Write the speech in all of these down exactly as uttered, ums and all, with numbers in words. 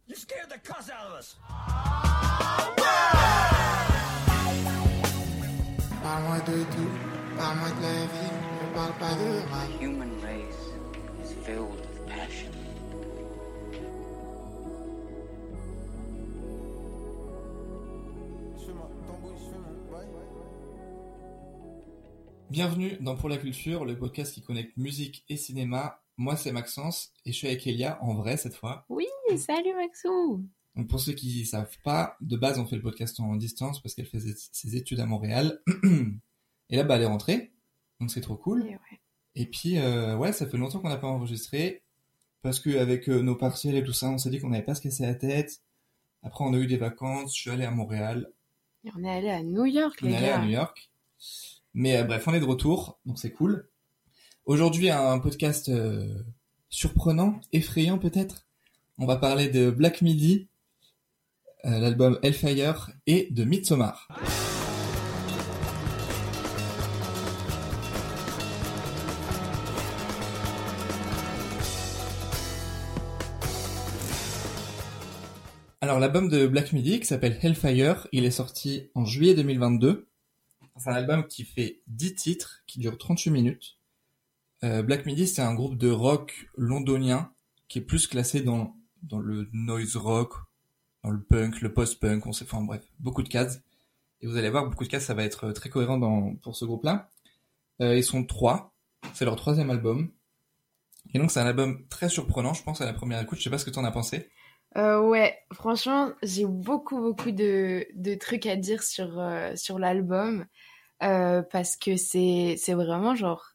You scared the cuss out of us. Parle-moi de tout, parle-moi de la vie, ne parle pas de moi. The human race is filled with passion. Bienvenue dans Pour la Culture, le podcast qui connecte musique et cinéma. Moi, c'est Maxence et je suis avec Elia, en vrai cette fois. Oui, salut Maxou. Donc, pour ceux qui ne savent pas, de base, on fait le podcast en distance parce qu'elle faisait ses études à Montréal. Et là, bah, elle est rentrée, donc c'est trop cool. Et, ouais. et puis, euh, ouais, ça fait longtemps qu'on n'a pas enregistré parce qu'avec euh, nos partiels et tout ça, on s'est dit qu'on n'avait pas se casser la tête. Après, on a eu des vacances, je suis allé à Montréal. Et on est allé à New York, On les est allé gars. à New York. Mais euh, bref, on est de retour, donc c'est cool. Aujourd'hui, un podcast euh, surprenant, effrayant peut-être. On va parler de Black Midi, euh, l'album Hellfire et de Midsommar. Alors l'album de Black Midi qui s'appelle Hellfire, il est sorti en juillet deux mille vingt-deux. C'est un album qui fait dix titres, qui dure trente-huit minutes. Euh, Black Midi, c'est un groupe de rock londonien qui est plus classé dans, dans le noise rock, dans le punk, le post-punk, on sait, enfin bref, beaucoup de cases. Et vous allez voir, beaucoup de cases, ça va être très cohérent dans, pour ce groupe-là. Euh, ils sont trois, c'est leur troisième album. Et donc c'est un album très surprenant, je pense, à la première écoute. Je sais pas ce que t'en as pensé. Euh, ouais, franchement, j'ai beaucoup, beaucoup de, de trucs à dire sur, euh, sur l'album. Euh, parce que c'est, c'est vraiment genre...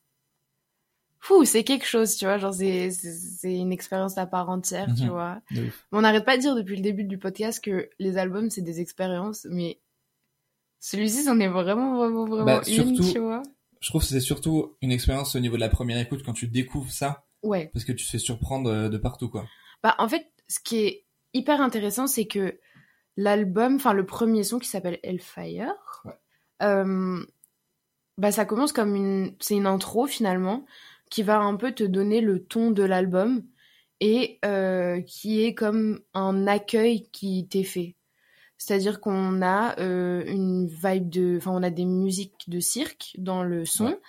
Fou, c'est quelque chose, tu vois. Genre, c'est, c'est, c'est une expérience à part entière, Mmh. tu vois. De ouf. On n'arrête pas de dire depuis le début du podcast que les albums, c'est des expériences, mais celui-ci, c'en est vraiment, vraiment, vraiment Bah, une, surtout- tu vois. Je trouve que c'est surtout une expérience au niveau de la première écoute quand tu découvres ça, Ouais. parce que tu te fais surprendre euh, de partout, quoi. Bah, en fait, ce qui est hyper intéressant, c'est que l'album, enfin, le premier son qui s'appelle Hellfire, Ouais. euh, bah, ça commence comme une, c'est une intro, finalement, qui va un peu te donner le ton de l'album et euh, qui est comme un accueil qui t'est fait. C'est-à-dire qu'on a euh, une vibe de... Enfin, on a des musiques de cirque dans le son. Ouais.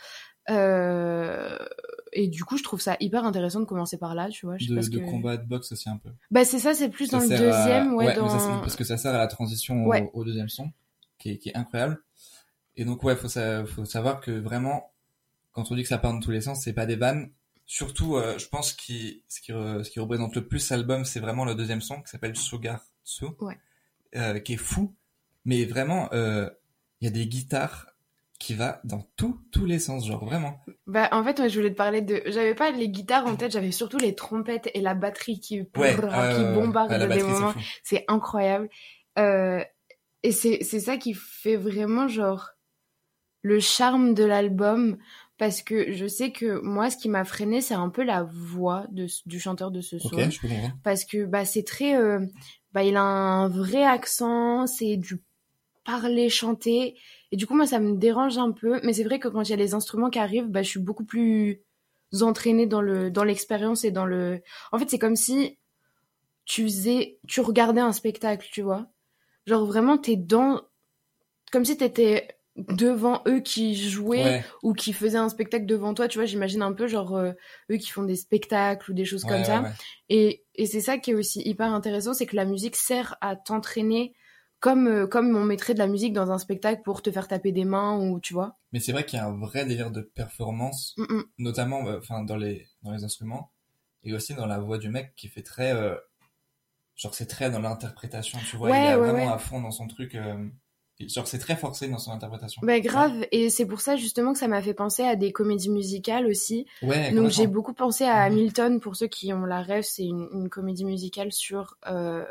Euh, et du coup, je trouve ça hyper intéressant de commencer par là, tu vois. Je sais De, pas ce de que... combat de boxe aussi un peu. Bah, c'est ça, c'est plus Ça dans le sert à- deuxième, ouais, mais dans... ça, c'est parce que ça sert à la transition au, Ouais. au deuxième son, qui est, qui est incroyable. Et donc, ouais, faut, sa- faut savoir que vraiment, quand on dit que ça part dans tous les sens, c'est pas des vannes. Surtout, euh, je pense que ce qui, re- ce qui représente le plus l'album, c'est vraiment le deuxième son, qui s'appelle Sugartsu, Ouais. euh, qui est fou. Mais vraiment, euh, il y a des guitares qui va dans tous tous les sens, genre vraiment. Bah, en fait, moi, je voulais te parler de... J'avais pas les guitares en tête, j'avais surtout les trompettes et la batterie qui, Ouais, qui euh, bombarde ouais, la des batterie, c'est moments. fou. C'est incroyable. Euh, et c'est, c'est ça qui fait vraiment, genre, le charme de l'album. Parce que je sais que moi, ce qui m'a freiné, c'est un peu la voix de, du chanteur de ce son. Ok, je peux comprendre. Parce que bah, c'est très... euh, bah, il a un vrai accent, c'est du parler, chanter. Et du coup, moi, ça me dérange un peu. Mais c'est vrai que quand il y a les instruments qui arrivent, bah, je suis beaucoup plus entraînée dans le, dans l'expérience et dans le... En fait, c'est comme si tu faisais... Tu regardais un spectacle, tu vois. Genre, vraiment, t'es dans... Comme si t'étais devant eux qui jouaient Ouais, ou qui faisaient un spectacle devant toi, tu vois. J'imagine un peu, genre, euh, eux qui font des spectacles ou des choses ouais, comme ouais, ça. ouais. Et, et c'est ça qui est aussi hyper intéressant, c'est que la musique sert à t'entraîner comme, euh, comme on mettrait de la musique dans un spectacle pour te faire taper des mains ou tu vois. Mais c'est vrai qu'il y a un vrai délire de performance, Mm, mm. notamment euh, enfin dans les dans les instruments et aussi dans la voix du mec qui fait très euh, genre c'est très dans l'interprétation, tu vois, Ouais, il est ouais, vraiment ouais. à fond dans son truc euh, et genre c'est très forcé dans son interprétation. Bah grave, et c'est pour ça justement que ça m'a fait penser à des comédies musicales aussi. Ouais, Donc j'ai complètement. beaucoup pensé à Mhm. Hamilton, pour ceux qui ont la rêve, c'est une, une comédie musicale sur... Euh,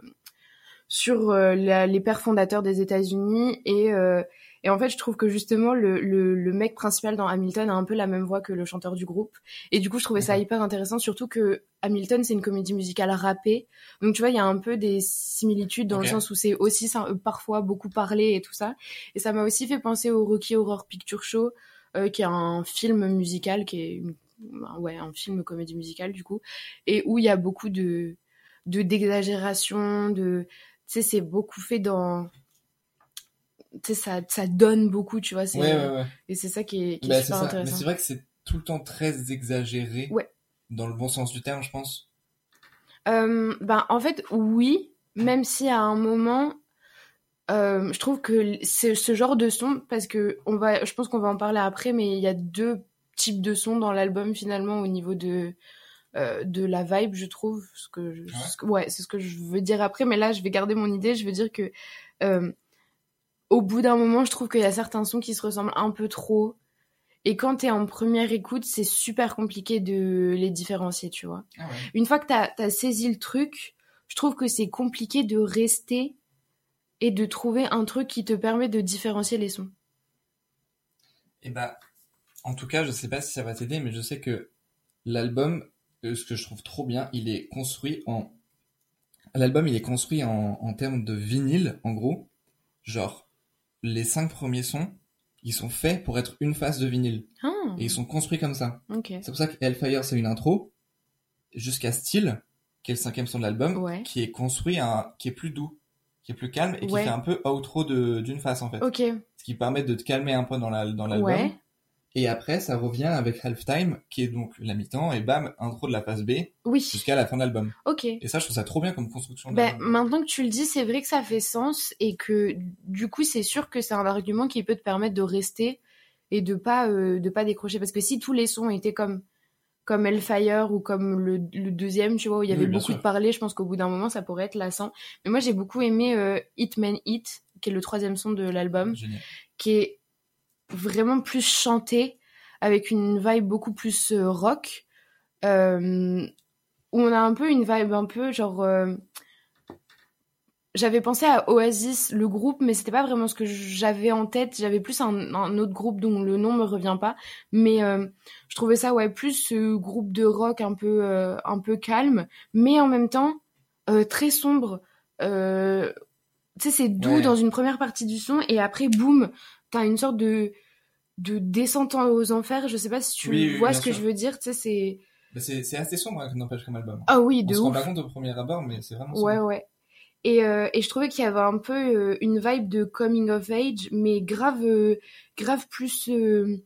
sur euh, la- les pères fondateurs des États-Unis et euh, et en fait je trouve que justement le, le le mec principal dans Hamilton a un peu la même voix que le chanteur du groupe et du coup je trouvais ça D'accord. hyper intéressant, surtout que Hamilton c'est une comédie musicale rappée, donc tu vois il y a un peu des similitudes dans Ok. le sens où c'est aussi ça, euh, parfois beaucoup parlé et tout ça, et ça m'a aussi fait penser au Rocky Horror Picture Show, euh, qui est un film musical qui est une- ouais un film comédie musicale du coup, et où il y a beaucoup de de d'exagération, de tu sais c'est beaucoup fait dans tu sais ça ça donne beaucoup, tu vois, c'est Ouais, ouais, ouais. et c'est ça qui est, qui est Bah, c'est super ça. Mais intéressant. c'est vrai que c'est tout le temps très exagéré. Ouais. Dans le bon sens du terme, je pense. Euh, ben en fait oui, même si à un moment euh, je trouve que c'est ce genre de son, parce que on va je pense qu'on va en parler après, mais il y a deux types de sons dans l'album finalement au niveau de euh, de la vibe, je trouve, ce que je, Ouais. ce que- ouais c'est ce que je veux dire après, mais là je vais garder mon idée. Je veux dire que euh, au bout d'un moment je trouve qu'il y a certains sons qui se ressemblent un peu trop, et quand t'es en première écoute c'est super compliqué de les différencier, tu vois. Ah ouais. Une fois que t'as, t'as saisi le truc, je trouve que c'est compliqué de rester et de trouver un truc qui te permet de différencier les sons. Et bah, en tout cas, je sais pas si ça va t'aider, mais je sais que l'album, euh, ce que je trouve trop bien, il est construit en... L'album, il est construit en, en termes de vinyle, en gros. Genre, les cinq premiers sons, ils sont faits pour être une face de vinyle. Ah, Et ils sont construits comme ça. ok. C'est pour ça que Hellfire, c'est une intro, jusqu'à Steel, qui est le cinquième son de l'album, Ouais. qui est construit, un, qui est plus doux, qui est plus calme, et qui Ouais. fait un peu outro de, d'une face, en fait. Ok, Ce qui permet de te calmer un peu dans, la, dans l'album. ouais. Et après, ça revient avec Halftime, qui est donc la mi-temps, et bam, intro de la phase B, Oui, jusqu'à la fin de l'album. ok. Et ça, je trouve ça trop bien comme construction Ben, d'album. maintenant que tu le dis, c'est vrai que ça fait sens, et que du coup, c'est sûr que c'est un argument qui peut te permettre de rester et de pas, euh, de pas décrocher. Parce que si tous les sons étaient comme, comme Hellfire ou comme le, le deuxième, tu vois, où il y avait Oui, bien beaucoup sûr. de parler, je pense qu'au bout d'un moment, ça pourrait être lassant. Mais moi, j'ai beaucoup aimé euh, Hitman Hit, qui est le troisième son de l'album, Génial. qui est vraiment plus chanté, avec une vibe beaucoup plus euh, rock, euh, où on a un peu une vibe un peu genre... euh, j'avais pensé à Oasis, le groupe, mais c'était pas vraiment ce que j'avais en tête. J'avais plus un, un autre groupe dont le nom me revient pas, mais euh, je trouvais ça ouais plus ce groupe de rock un peu euh, un peu calme, mais en même temps euh, très sombre. Euh, tu sais, c'est doux Ouais. dans une première partie du son, et après boum, t'as une sorte de de descente aux enfers. Je sais pas si tu Oui, oui, vois bien ce que sûr. je veux dire. Tu sais, c'est Bah, c'est, c'est assez sombre, hein, n'empêche, comme album. ah oui, On de se rend ouf. pas compte au premier abord, mais c'est vraiment sombre. Ouais, ouais. Et, euh, et je trouvais qu'il y avait un peu euh, une vibe de coming of age, mais grave, euh, grave plus euh,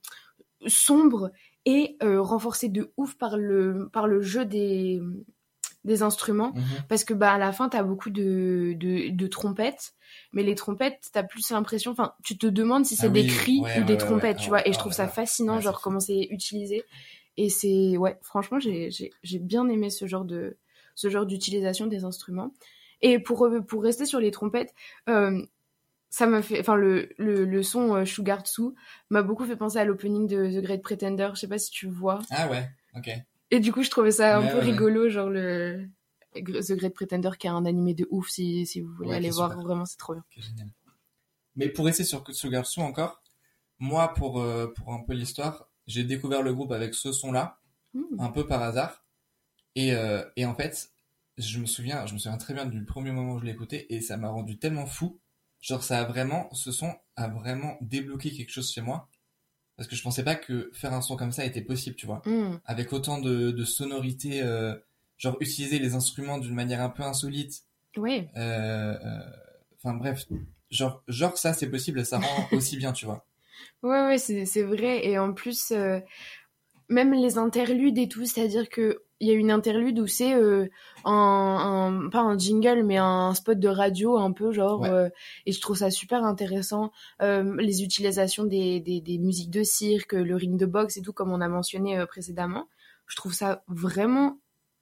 sombre, et euh, renforcée de ouf par le, par le jeu des, des instruments. Mhm. Parce que bah, à la fin, t'as beaucoup de, de, de trompettes, mais les trompettes, t'as plus l'impression... Enfin, tu te demandes si c'est Ah des oui, cris ouais, ou ouais, des ouais, trompettes, ouais. tu Ah vois. ouais, Et je oh trouve là ça là. fascinant, Ouais, genre c'est comment c'est utilisé. Et c'est... Ouais, franchement, j'ai, j'ai, j'ai bien aimé ce genre de, ce genre d'utilisation des instruments. Et pour, pour rester sur les trompettes, euh, ça m'a fait, enfin le, le, le son euh, Sugar Tsu m'a beaucoup fait penser à l'opening de The Great Pretender. Je sais pas si tu vois. Ah ouais, ok. Et du coup, je trouvais ça un Ouais, peu ouais, ouais. rigolo, genre le The Great Pretender, qui est un animé de ouf, si, si vous voulez Ouais, aller qui est voir, super. vraiment c'est trop bien. Ok, génial. Mais pour rester sur Sugar Tsu encore, moi, pour, euh, pour un peu l'histoire, j'ai découvert le groupe avec ce son-là, Mmh. un peu par hasard. Et, euh, et en fait, je me souviens, je me souviens très bien du premier moment où je l'ai écouté, et ça m'a rendu tellement fou. Genre, ça a vraiment, ce son a vraiment débloqué quelque chose chez moi. Parce que je pensais pas que faire un son comme ça était possible, tu vois. Mmh. Avec autant de, de sonorités, euh, genre utiliser les instruments d'une manière un peu insolite. Ouais. Euh, euh, Enfin bref, genre, genre ça c'est possible, ça rend aussi bien, tu vois. Ouais, ouais, c'est, c'est vrai. Et en plus, euh, même les interludes et tout, c'est-à-dire que il y a une interlude où c'est euh, un, un, pas un jingle, mais un spot de radio un peu, genre, Ouais. euh, et je trouve ça super intéressant. Euh, les utilisations des, des, des musiques de cirque, le ring de boxe et tout, comme on a mentionné euh, précédemment, je trouve ça vraiment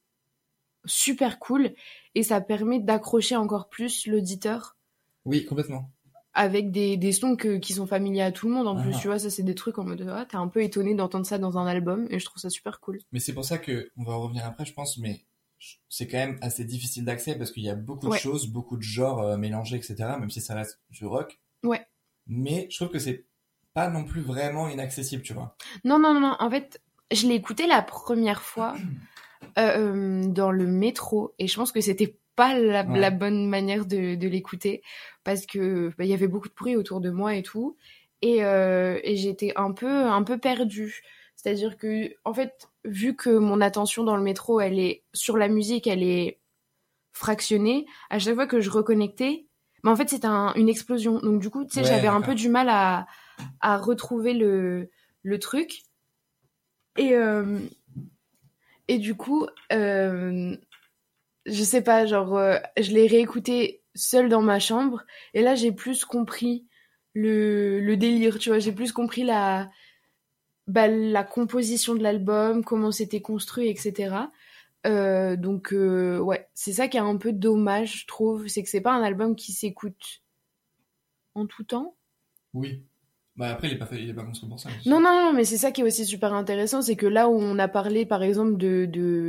super cool, et ça permet d'accrocher encore plus l'auditeur Oui, complètement. avec des, des sons que, qui sont familiers à tout le monde en plus, Ah. tu vois. Ça, c'est des trucs en mode, ah, t'es un peu étonné d'entendre ça dans un album, et je trouve ça super cool. Mais c'est pour ça que, on va en revenir après, je pense, mais c'est quand même assez difficile d'accès parce qu'il y a beaucoup Ouais. de choses, beaucoup de genres euh, mélangés, et cetera, même si ça reste du rock. Ouais. Mais je trouve que c'est pas non plus vraiment inaccessible, tu vois. Non, non, non, non. En fait, je l'ai écouté la première fois euh, dans le métro, et je pense que c'était pas la, Ouais. la bonne manière de, de l'écouter, parce que bah, y avait beaucoup de bruit autour de moi et tout, et, euh, et j'étais un peu, un peu perdue. C'est-à-dire que, en fait, vu que mon attention dans le métro, elle est sur la musique, elle est fractionné, à chaque fois que je reconnectais, mais en fait c'était un, une explosion. Donc du coup, tu sais, Ouais, j'avais d'accord. un peu du mal à, à retrouver le, le truc. Et, euh, et du coup, euh, je sais pas, genre, euh, je l'ai réécouté seule dans ma chambre, et là j'ai plus compris le, le délire, tu vois, j'ai plus compris la, bah, la composition de l'album, comment c'était construit, et cetera. Euh, donc euh, ouais, c'est ça qui est un peu dommage, je trouve, c'est que c'est pas un album qui s'écoute en tout temps. Oui. Bah après, il est pas fait, il est pas construit pour ça. mais- Non, non, non, mais c'est ça qui est aussi super intéressant, c'est que là où on a parlé, par exemple, de, de,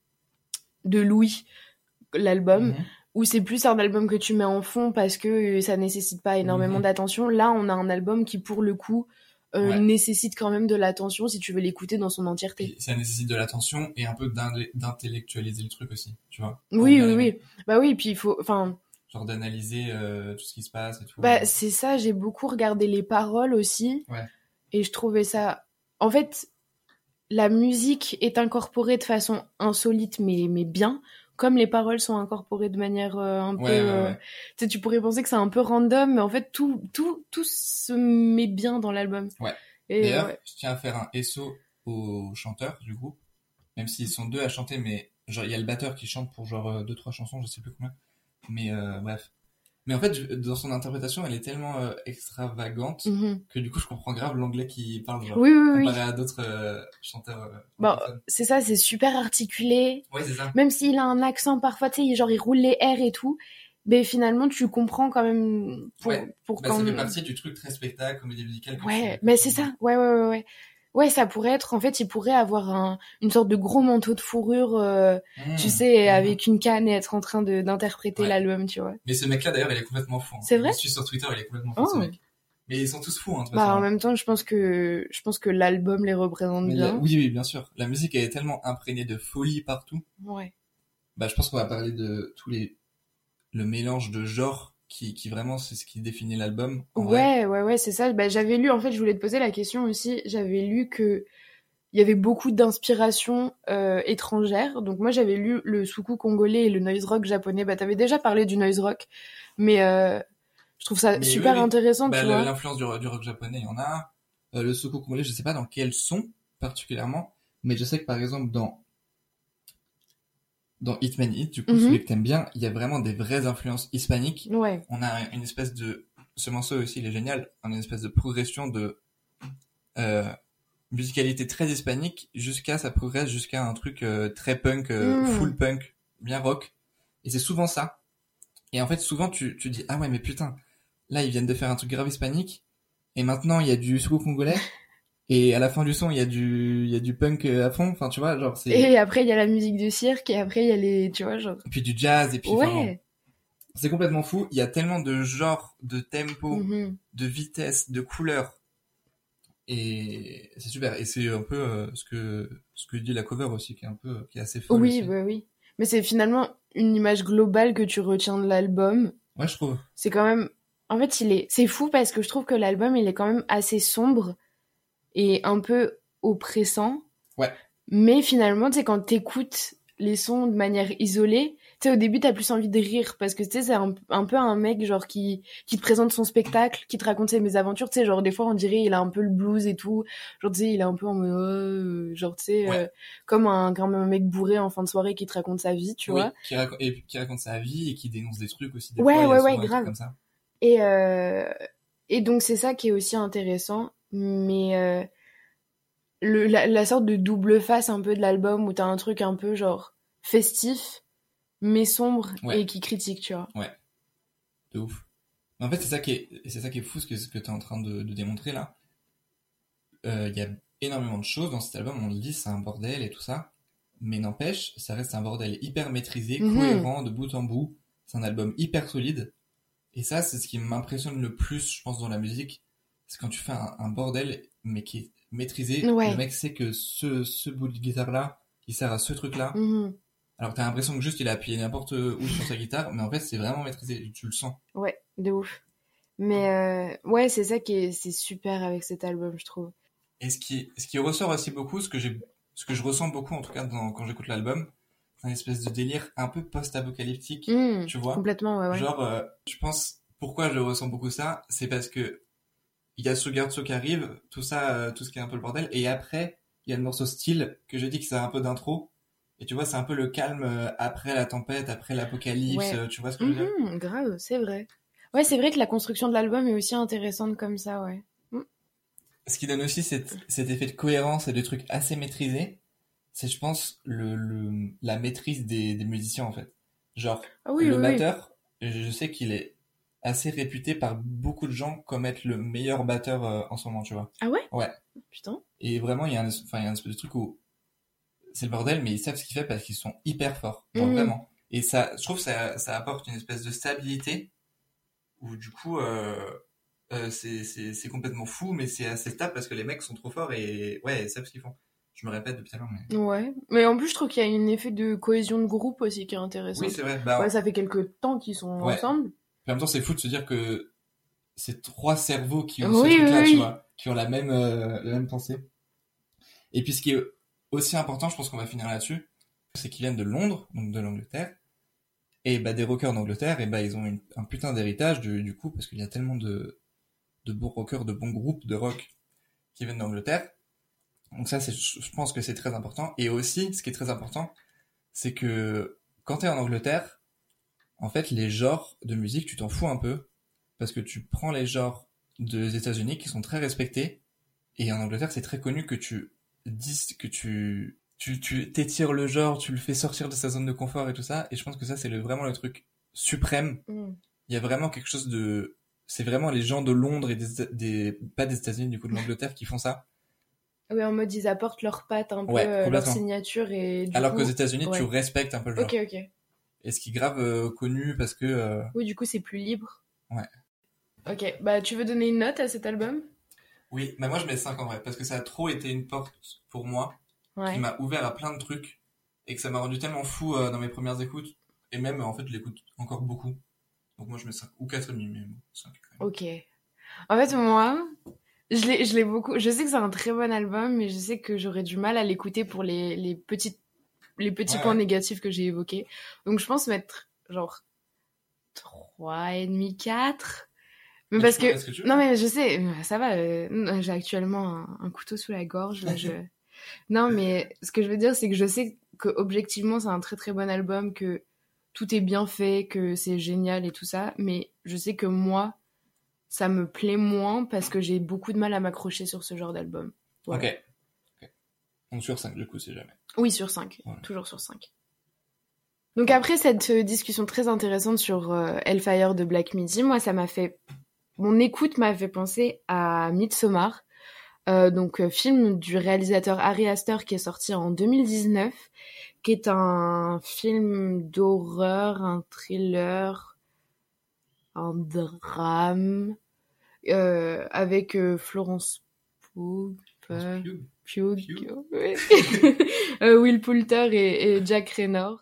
de Louis, l'album, Mhm. où c'est plus un album que tu mets en fond parce que ça nécessite pas énormément Mhm. d'attention, là on a un album qui, pour le coup, euh, Ouais. nécessite quand même de l'attention si tu veux l'écouter dans son entièreté. Puis ça nécessite de l'attention et un peu d'in- d'intellectualiser le truc aussi, tu vois. Oui, Pour oui, bien aimer. oui. Bah oui, puis il faut... Enfin, Genre d'analyser euh, tout ce qui se passe et tout. bah c'est ça, j'ai beaucoup regardé les paroles aussi. Ouais. Et je trouvais ça... En fait, la musique est incorporée de façon insolite, mais, mais bien, comme les paroles sont incorporées de manière euh, un Ouais, peu... ouais, euh, ouais. Tu sais, tu pourrais penser que c'est un peu random, mais en fait, tout, tout, tout se met bien dans l'album. Ouais. Et D'ailleurs, ouais. je tiens à faire un S O aux chanteurs du groupe, même s'ils sont deux à chanter, mais genre il y a le batteur qui chante pour genre euh, deux trois chansons, je sais plus combien. Mais euh, bref. Mais en fait, je- dans son interprétation, elle est tellement euh, extravagante Mhm. que du coup, je comprends grave l'anglais qui parle, genre Oui, oui, oui. comparé à d'autres euh, chanteurs euh, Bon, francophones. c'est ça, c'est super articulé. Ouais, c'est ça. Même s'il a un accent parfois, tu sais, genre il roule les R et tout, mais finalement tu comprends quand même pour, Ouais. pour Bah, quand ça fait même... partie du truc très spectacle, comédie musicale. que Ouais, tu- que mais tu- c'est ça. Ouais, ouais, ouais, ouais. Ouais, ça pourrait être, en fait, il pourrait avoir un, une sorte de gros manteau de fourrure, euh, Mmh. tu sais, Mmh. avec une canne et être en train de, d'interpréter Ouais. l'album, tu vois. Mais ce mec-là, d'ailleurs, il est complètement fou. hein. C'est vrai Je le suis sur Twitter, il est complètement fou, Oh. ce mec. Mais ils sont tous fous, hein, de toute Bah, façon. en même temps, je pense que, je pense que l'album les représente Mais la- bien. Oui, oui, bien sûr. La musique, elle est tellement imprégnée de folie partout. Ouais. Bah, je pense qu'on va parler de tous les, le mélange de genres qui, qui vraiment, c'est ce qui définit l'album. En vrai. Ouais, ouais, ouais, c'est ça. Bah, j'avais lu, en fait, je voulais te poser la question aussi. J'avais lu que il y avait beaucoup d'inspiration euh, étrangère. Donc moi, j'avais lu le soukous congolais et le noise rock japonais. Bah, t'avais déjà parlé du noise rock, mais euh, je trouve ça Mais super oui, oui. intéressant, Bah, tu le- vois. l'influence du, ro- du rock japonais, il y en a. Euh, le soukous congolais, je sais pas dans quel son particulièrement, mais je sais que par exemple dans dans Hitman Hit, du coup, Mhm. celui que t'aimes bien, il y a vraiment des vraies influences hispaniques. Ouais. On a une espèce de, ce morceau aussi, il est génial, une espèce de progression de euh, musicalité très hispanique jusqu'à, ça progresse jusqu'à un truc euh, très punk, euh, Mm. full punk, bien rock. Et c'est souvent ça. Et en fait, souvent, tu, tu dis, ah ouais, mais putain, là, ils viennent de faire un truc grave hispanique, et maintenant, il y a du soukous congolais, et à la fin du son, il y a du, il y a du punk euh, à fond, enfin, tu vois, genre, c'est, Et après, il y a la musique du cirque, et après, il y a les, tu vois, genre. et puis du jazz, et puis, enfin, bon, Ouais. c'est complètement fou. Il y a tellement de genres, de tempo, Mhm. de vitesse, de couleurs. Et c'est super. Et c'est un peu euh, ce que ce que dit la cover aussi, qui est un peu qui est assez folle Oui, aussi. bah oui. Mais c'est finalement une image globale que tu retiens de l'album. Ouais, je trouve. C'est quand même... En fait, il est... c'est fou parce que je trouve que l'album, il est quand même assez sombre et un peu oppressant. Ouais. Mais finalement, tu sais, quand t'écoutes les sons de manière isolée, tu sais, au début, t'as plus envie de rire parce que, tu sais, c'est un, un peu un mec, genre, qui, qui te présente son spectacle, qui te raconte ses mésaventures, tu sais, genre, des fois, on dirait, il a un peu le blues et tout. Genre, tu sais, il est un peu en mode, euh, genre, tu sais, Ouais. euh, comme un, comme un mec bourré en fin de soirée qui te raconte sa vie, tu Oui, vois. qui raconte, et puis qui raconte sa vie et qui dénonce des trucs aussi. Des Ouais, fois, il y a ouais, souvent ouais, un truc grave. comme ça. Et, euh, et donc, c'est ça qui est aussi intéressant. Mais euh, le, la, la sorte de double face un peu de l'album où t'as un truc un peu genre festif, mais sombre Ouais. et qui critique, tu vois. Ouais. De ouf. Mais en fait, c'est ça qui est, c'est ça qui est fou, ce que, ce que t'es en train de, de démontrer là. Euh, Il y a énormément de choses dans cet album, on le dit, c'est un bordel et tout ça. Mais n'empêche, ça reste un bordel hyper maîtrisé, Mhm. cohérent, de bout en bout. C'est un album hyper solide. Et ça, c'est ce qui m'impressionne le plus, je pense, dans la musique. C'est quand tu fais un, un bordel, mais qui est maîtrisé. Ouais. Le mec sait que ce, ce bout de guitare-là, il sert à ce truc-là. Mhm. Alors t'as l'impression que juste il a appuyé n'importe où sur sa guitare, mais en fait, c'est vraiment maîtrisé. Tu le sens. Ouais, de ouf. Mais euh, ouais, c'est ça qui est, c'est super avec cet album, je trouve. Et ce qui, ce qui ressort aussi beaucoup, ce que j'ai, ce que je ressens beaucoup, en tout cas, dans, quand j'écoute l'album, c'est un espèce de délire un peu post-apocalyptique, Mmh, tu vois. complètement, ouais, ouais. Genre, euh, je pense, pourquoi je ressens beaucoup ça, c'est parce que il y a Sugartso qui arrive, tout ça, euh, tout ce qui est un peu le bordel, et après, il y a le morceau style, que je dis que c'est un peu d'intro, et tu vois, c'est un peu le calme euh, après la tempête, après l'apocalypse, Ouais. euh, tu vois ce que je veux dire? Mhm, grave, c'est vrai. Ouais, c'est vrai que la construction de l'album est aussi intéressante comme ça, ouais. Mm. Ce qui donne aussi cet, cet effet de cohérence et de trucs assez maîtrisés, c'est, je pense, le, le, la maîtrise des, des musiciens, en fait. Genre, Ah oui, le oui, oui. batteur, je je sais qu'il est assez réputé par beaucoup de gens comme être le meilleur batteur euh, en ce moment, tu vois. Ah ouais? Ouais. Putain. Et vraiment, il y a un, enfin, il y a un espèce de truc où c'est le bordel, mais ils savent ce qu'ils font parce qu'ils sont hyper forts. Genre, Mhm. vraiment. Et ça, je trouve que ça, ça apporte une espèce de stabilité où, du coup, euh, euh, c'est, c'est, c'est complètement fou, mais c'est assez stable parce que les mecs sont trop forts et, ouais, ils savent ce qu'ils font. Je me répète depuis tout à l'heure, mais... Ouais. Mais en plus, je trouve qu'il y a un effet de cohésion de groupe aussi qui est intéressant. Oui, c'est vrai. Bah, Ouais, ça fait quelques temps qu'ils sont Ouais. ensemble. en même temps, c'est fou de se dire que c'est trois cerveaux qui ont Oui, ce truc-là, oui, tu oui. vois, qui ont la même, euh, la même pensée. Et puis, ce qui est aussi important, je pense qu'on va finir là-dessus, c'est qu'ils viennent de Londres, donc de l'Angleterre. Et bah, des rockers d'Angleterre, et bah, ils ont une, un putain d'héritage du, du coup, parce qu'il y a tellement de, de bons rockers, de bons groupes de rock qui viennent d'Angleterre. Donc ça, c'est, je pense que c'est très important. Et aussi, ce qui est très important, c'est que quand t'es en Angleterre, en fait, les genres de musique, tu t'en fous un peu, parce que tu prends les genres des États-Unis qui sont très respectés, et en Angleterre, c'est très connu que tu dises que tu tu tu t'étires le genre, tu le fais sortir de sa zone de confort et tout ça, et je pense que ça c'est le, vraiment le truc suprême. Mm. Il y a vraiment quelque chose de, c'est vraiment les gens de Londres et des, des pas des États-Unis, du coup de l'Angleterre qui font ça. Oui, en mode ils apportent leur patte un peu, Ouais, euh, leur complètement. signature et du Alors coup... qu'aux États-Unis, ouais. tu respectes un peu le genre. Ok, ok. Et ce qui est grave euh, connu parce que euh, Oui, du coup, c'est plus libre. ouais. Ok, bah tu veux donner une note à cet album? Oui, mais moi je mets cinq en vrai, parce que ça a trop été une porte pour moi, Ouais. qui m'a ouvert à plein de trucs, et que ça m'a rendu tellement fou euh, dans mes premières écoutes, et même en fait je l'écoute encore beaucoup. Donc moi je mets cinq, ou quatre virgule cinq, mais bon, cinq quand même. Ok. En fait, moi, je l'ai, je l'ai beaucoup... Je sais que c'est un très bon album, mais je sais que j'aurais du mal à l'écouter pour les, les, petites, les petits Ouais, points ouais. négatifs que j'ai évoqués. Donc je pense mettre genre trois virgule cinq, quatre. Mais Mais parce tu peux que... mettre ce que tu veux. Non, mais je sais, euh, ça va. euh, J'ai actuellement un, un couteau sous la gorge. là, je... Non, mais ce que je veux dire, c'est que je sais que objectivement, c'est un très très bon album, que tout est bien fait, que c'est génial et tout ça. Mais je sais que moi, ça me plaît moins parce que j'ai beaucoup de mal à m'accrocher sur ce genre d'album. Voilà. Ok. Ok. Donc sur cinq du coup, si jamais. Oui, sur cinq. Voilà. Toujours sur cinq. Donc après cette euh, discussion très intéressante sur euh, Hellfire de Black Midi, moi, ça m'a fait... Mon écoute m'a fait penser à Midsommar, euh, donc euh, film du réalisateur Ari Aster qui est sorti en deux mille dix-neuf, qui est un film d'horreur, un thriller, un drame, euh, avec euh, Florence Pugh, euh, Pugh. Pugh, Pugh. ouais. euh, Will Poulter et, et Jack Reynor.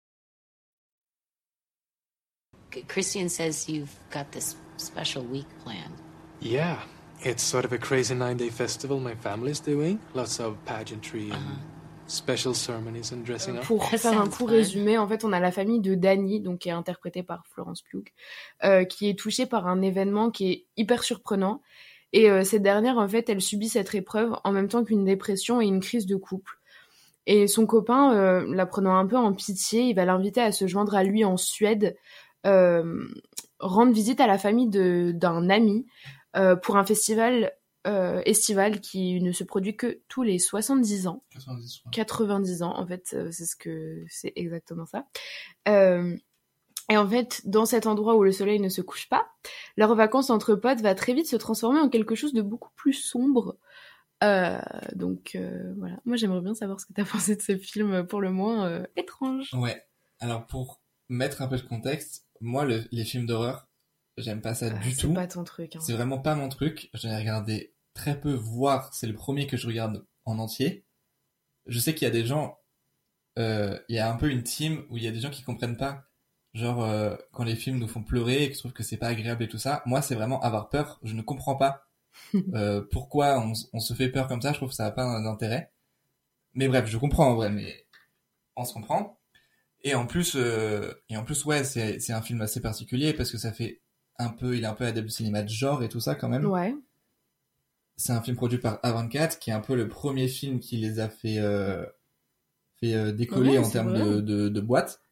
Christian says you've got this special week planned. Yeah, it's sort of a crazy nine-day festival my family's doing. Lots of pageantry and Uh-huh. special ceremonies and dressing up. Pour That faire un sounds court fun. résumé, en fait, on a la famille de Danny, donc qui est interprétée par Florence Pugh, euh, qui est touchée par un événement qui est hyper surprenant. Et euh, cette dernière, en fait, elle subit cette épreuve en même temps qu'une dépression et une crise de couple. Et son copain, euh, la prenant un peu en pitié, il va l'inviter à se joindre à lui en Suède, euh, rendre visite à la famille de, d'un ami euh, pour un festival euh, estival qui ne se produit que tous les soixante-dix ans. quatre-vingt-dix, ouais. quatre-vingt-dix ans, en fait, euh, c'est ce que c'est exactement ça. Euh, et en fait, dans cet endroit où le soleil ne se couche pas, leur vacances entre potes va très vite se transformer en quelque chose de beaucoup plus sombre. Euh, donc euh, voilà, moi j'aimerais bien savoir ce que t'as pensé de ce film, pour le moins euh, étrange. Ouais. Alors pour mettre un peu de contexte, moi le, les films d'horreur, j'aime pas ça Euh, du c'est tout. pas ton truc. Hein. C'est vraiment pas mon truc. J'en ai regardé très peu, voire c'est le premier que je regarde en entier. Je sais qu'il y a des gens, euh, il y a un peu une team où il y a des gens qui comprennent pas, genre euh, quand les films nous font pleurer et qui trouvent que c'est pas agréable et tout ça. Moi, c'est vraiment avoir peur. Je ne comprends pas euh, pourquoi on, on se fait peur comme ça. Je trouve que ça n'a pas d'intérêt. Mais bref, je comprends en vrai, mais on se comprend. Et en plus, euh, et en plus, ouais, c'est c'est un film assez particulier parce que ça fait un peu, il est un peu adepte du cinéma de genre et tout ça quand même. Ouais. C'est un film produit par A vingt-quatre, qui est un peu le premier film qui les a fait euh, fait euh, décoller Ouais, en c'est termes vrai. de, de de boîte.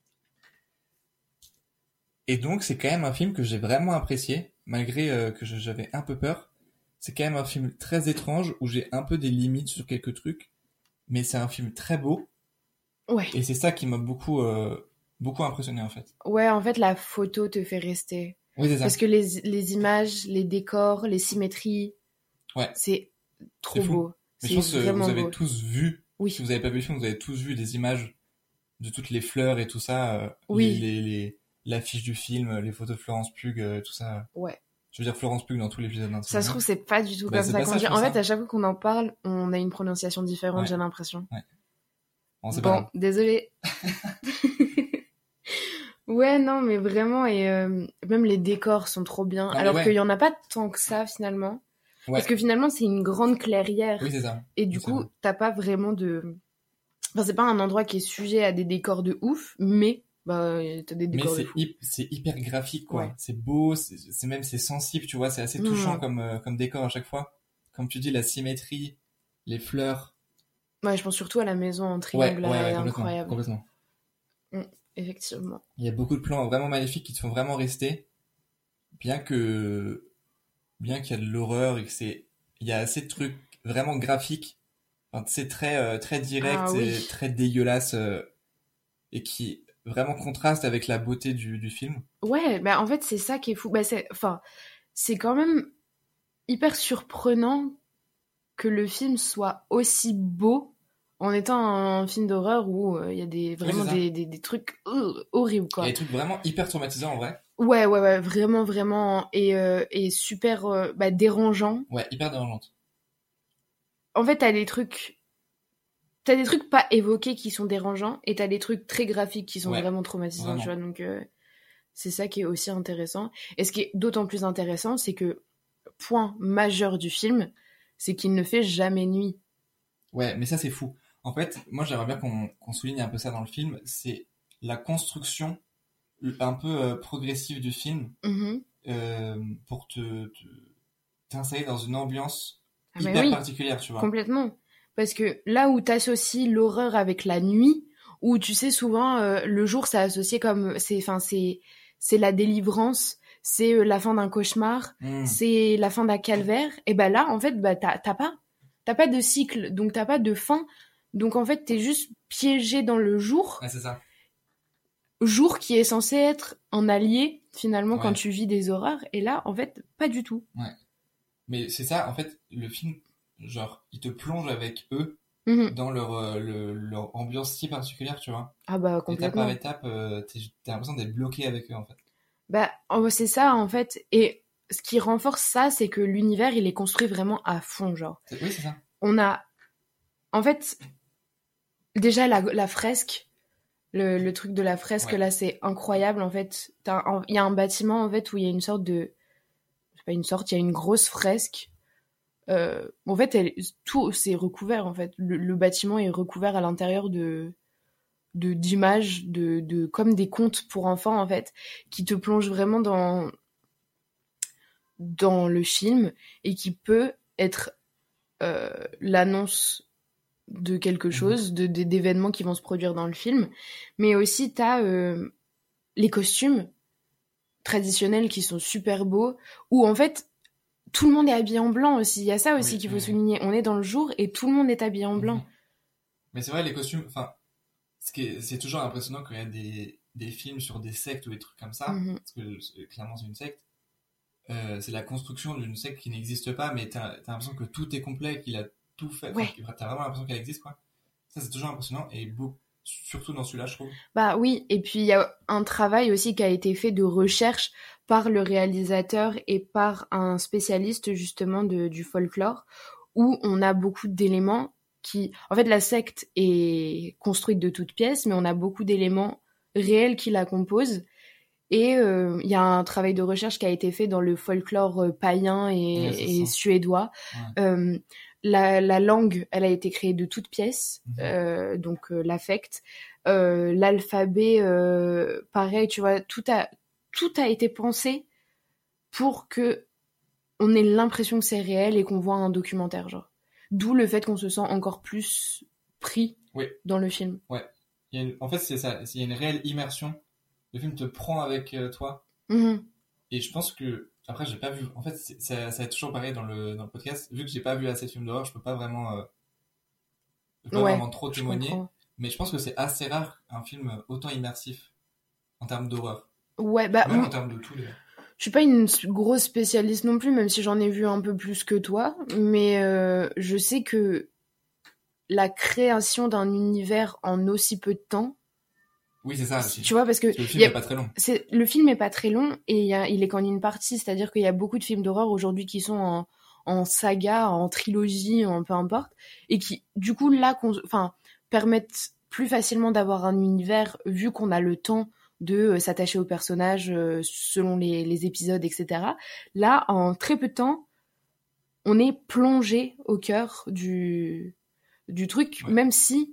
Et donc c'est quand même un film que j'ai vraiment apprécié, malgré euh, que je- j'avais un peu peur. C'est quand même un film très étrange où j'ai un peu des limites sur quelques trucs, mais c'est un film très beau. Ouais. Et c'est ça qui m'a beaucoup, euh, beaucoup impressionné en fait. Ouais, en fait, la photo te fait rester. Oui, c'est ça. Parce que les, les images, les décors, les symétries, Ouais. c'est trop C'est fou. beau. Mais C'est je pense que vraiment vous avez beau. tous vu, Oui. si vous avez pas vu le film, vous avez tous vu des images de toutes les fleurs et tout ça, euh, Oui. les, les, les, l'affiche du film, les photos de Florence Pugh, euh, tout ça. Ouais. Je veux dire Florence Pugh dans tous les épisodes. Ça se trouve, c'est pas du tout Bah, comme c'est ça pas qu'on ça, dit. je En pense, fait, hein. à chaque fois qu'on en parle, on a une prononciation différente, Ouais. j'ai l'impression. Bon, c'est pas Bon, grave. désolé. Ouais, non, mais vraiment, et euh, même les décors sont trop bien. Non, mais alors ouais. qu'il y en a pas tant que ça, finalement. Ouais. Parce que finalement, c'est une grande clairière. Oui, c'est ça. Et du C'est coup, vrai. t'as pas vraiment de... Enfin, c'est pas un endroit qui est sujet à des décors de ouf, mais bah, t'as des Mais décors de c'est fou. hyp- c'est hyper graphique, quoi. Ouais. C'est beau, c'est c'est même c'est sensible, tu vois. C'est assez touchant Mhm. comme euh, comme décor à chaque fois. Comme tu dis, la symétrie, les fleurs. Ouais, je pense surtout à la maison en Ouais, triangle, ouais, là, ouais, elle est complètement, incroyable. complètement. Effectivement. Il y a beaucoup de plans vraiment magnifiques qui te font vraiment rester, bien que, bien qu'il y a de l'horreur et que c'est, il y a assez de trucs vraiment graphiques. Enfin, c'est très, euh, très direct Ah, et oui. très dégueulasse, euh, et qui vraiment contraste avec la beauté du, du film. Ouais, bah en fait, c'est ça qui est fou. Bah, c'est... Enfin, c'est quand même hyper surprenant que le film soit aussi beau en étant un film d'horreur où il euh, y a des, vraiment c'est ça. des, des, des trucs euh, horribles, Il y quoi. a des trucs vraiment hyper traumatisants en vrai. Ouais, ouais, ouais, vraiment, vraiment. Et, euh, et super euh, bah, dérangeant. Ouais, hyper dérangeante. En fait, t'as des trucs... T'as des trucs pas évoqués qui sont dérangeants et t'as des trucs très graphiques qui sont Ouais, vraiment traumatisants, vraiment. tu vois. Donc, euh, c'est ça qui est aussi intéressant. Et ce qui est d'autant plus intéressant, c'est que, point majeur du film, c'est qu'il ne fait jamais nuit. Ouais, mais ça c'est fou. En fait, moi j'aimerais bien qu'on qu'on souligne un peu ça dans le film, c'est la construction un peu euh, progressive du film, Mhm. euh, pour te te- t'installer dans une ambiance Ah bah hyper oui, particulière, tu vois. complètement. Parce que là où t'associes l'horreur avec la nuit, où tu sais souvent euh, le jour c'est associé comme c'est enfin c'est c'est la délivrance, c'est euh, la fin d'un cauchemar, Mm. c'est la fin d'un calvaire, et ben là en fait bah t'as t'as pas t'as pas de cycle, donc t'as pas de fin, donc en fait t'es juste piégé dans le jour, Ouais, c'est ça. jour qui est censé être un allié finalement Ouais. quand tu vis des horreurs, et là en fait pas du tout. Mais c'est ça, en fait, le film, genre, il te plonge avec eux Mhm. dans leur, euh, le- leur ambiance si particulière, tu vois. Ah bah Étape complètement. par étape, euh, t'es- t'as l'impression d'être bloqué avec eux, en fait. Bah, oh, c'est ça, en fait. Et ce qui renforce ça, c'est que l'univers, il est construit vraiment à fond, genre. C'est- Oui, c'est ça. On a... En fait, déjà, la, la fresque, le, le truc de la fresque, Ouais. là, c'est incroyable, en fait. T'as un- Il y a un bâtiment, en fait, où il y a une sorte de... C'est pas une sorte, il y a une grosse fresque. Euh, en fait, elle, tout, c'est recouvert, en fait. Le, le bâtiment est recouvert à l'intérieur de... de d'images de, de comme des contes pour enfants en fait qui te plongent vraiment dans dans le film et qui peut être euh, l'annonce de quelque chose, de, de- d'événements qui vont se produire dans le film, mais aussi t'as euh, les costumes traditionnels qui sont super beaux, où en fait tout le monde est habillé en blanc aussi. Il y a ça aussi Oui, qu'il faut oui, oui. souligner. On est dans le jour et tout le monde est habillé en blanc. Mhm. Mais c'est vrai, les costumes, enfin, ce qui est- c'est toujours impressionnant quand il y a des, des films sur des sectes ou des trucs comme ça, Mhm. parce que euh, clairement c'est une secte. Euh, c'est la construction d'une secte qui n'existe pas, mais t'as t'as l'impression que tout est complet, qu'il a tout fait. Ouais. Enfin, t'as vraiment l'impression qu'elle existe, quoi. Ça, c'est toujours impressionnant, et beau, surtout dans celui-là, je trouve. Bah oui, et puis il y a un travail aussi qui a été fait de recherche par le réalisateur et par un spécialiste justement de, du folklore, où on a beaucoup d'éléments qui... En fait, la secte est construite de toutes pièces, mais on a beaucoup d'éléments réels qui la composent. Et euh, il y a un travail de recherche qui a été fait dans le folklore euh, païen et, Ouais, c'est et ça. suédois. Ouais. Euh, la, la langue, elle a été créée de toutes pièces, Mhm. euh, donc euh, l'affect. Euh, l'alphabet, euh, pareil, tu vois, tout a, tout a été pensé pour que on ait l'impression que c'est réel et qu'on voit un documentaire, genre. D'où le fait qu'on se sent encore plus pris Oui. dans le film. Il y a une- En fait, c'est ça. Il y a une réelle immersion. Le film te prend avec euh, toi. Mhm. Et je pense que, après, j'ai pas vu. En fait, c'est- ça, ça va être toujours pareil dans le, dans le podcast. Vu que j'ai pas vu assez de films d'horreur, je peux pas vraiment, euh, je peux pas Ouais, vraiment trop je témoigner. comprends. Mais je pense que c'est assez rare un film autant immersif en termes d'horreur. Ouais, bah, Même m- en termes de tout, d'ailleurs. je suis pas une s- grosse spécialiste non plus, même si j'en ai vu un peu plus que toi, mais euh, je sais que la création d'un univers en aussi peu de temps, Oui, c'est ça aussi. tu vois, parce que Parce que le film il y a- est pas très long. c'est, le film est pas très long et il, y a, il est qu'en une partie, c'est-à-dire qu'il y a beaucoup de films d'horreur aujourd'hui qui sont en, en saga, en trilogie, en peu importe, et qui, du coup, là, qu'on- enfin, permettent plus facilement d'avoir un univers vu qu'on a le temps de euh, s'attacher aux personnages euh, selon les, les épisodes, et cetera. Là, en très peu de temps, on est plongé au cœur du, du truc, Ouais. même si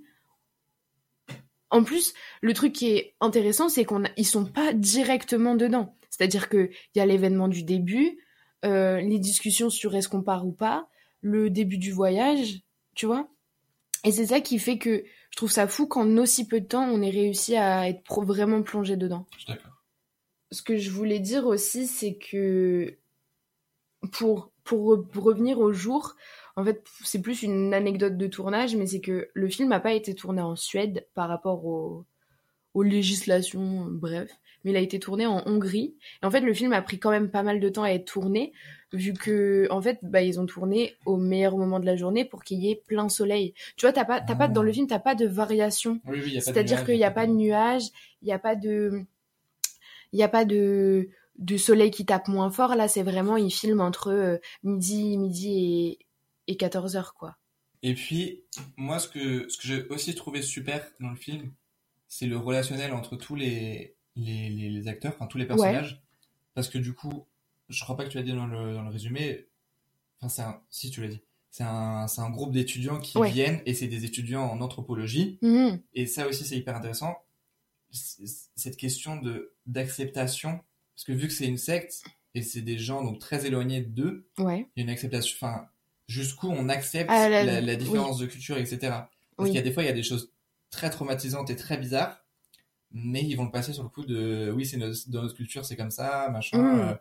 en plus, le truc qui est intéressant, c'est qu'on a- ils sont pas directement dedans. C'est-à-dire que il y a l'événement du début, euh, les discussions sur est-ce qu'on part ou pas, le début du voyage, tu vois. Et c'est ça qui fait que je trouve ça fou qu'en aussi peu de temps, on ait réussi à être pro- vraiment plongé dedans. Je suis d'accord. Ce que je voulais dire aussi, c'est que pour, pour, re- pour revenir au jour, en fait, c'est plus une anecdote de tournage, mais c'est que le film n'a pas été tourné en Suède par rapport au- aux législations, bref, mais il a été tourné en Hongrie. Et en fait, le film a pris quand même pas mal de temps à être tourné, vu que, en fait, bah, ils ont tourné au meilleur moment de la journée pour qu'il y ait plein soleil. Tu vois, t'as pas, t'as pas, dans le film, t'as pas de variation. Oui, oui, il y a pas de C'est-à-dire nuages, qu'il n'y a pas de nuages, il n'y a pas de, il y a pas de, de soleil qui tape moins fort. Là, c'est vraiment, ils filment entre euh, midi, midi et, et quatorze heures, quoi. Et puis, moi, ce que, ce que j'ai aussi trouvé super dans le film, c'est le relationnel entre tous les, les, les, les acteurs, enfin tous les personnages. Parce que du coup, je crois pas que tu l'as dit dans le, dans le résumé, enfin c'est un, si tu l'as dit, c'est un, c'est un groupe d'étudiants qui Ouais. viennent et c'est des étudiants en anthropologie. Mhm. Et ça aussi, c'est hyper intéressant. C- Cette question de, d'acceptation, parce que vu que c'est une secte et c'est des gens donc très éloignés d'eux, Ouais. il y a une acceptation, enfin, jusqu'où on accepte Ah, la- la, la différence de culture, et cetera. Parce Oui. qu'il y a des fois, il y a des choses très traumatisantes et très bizarres, mais ils vont le passer sur le coup de, oui, c'est notre- dans notre culture, c'est comme ça, machin. Mm. euh,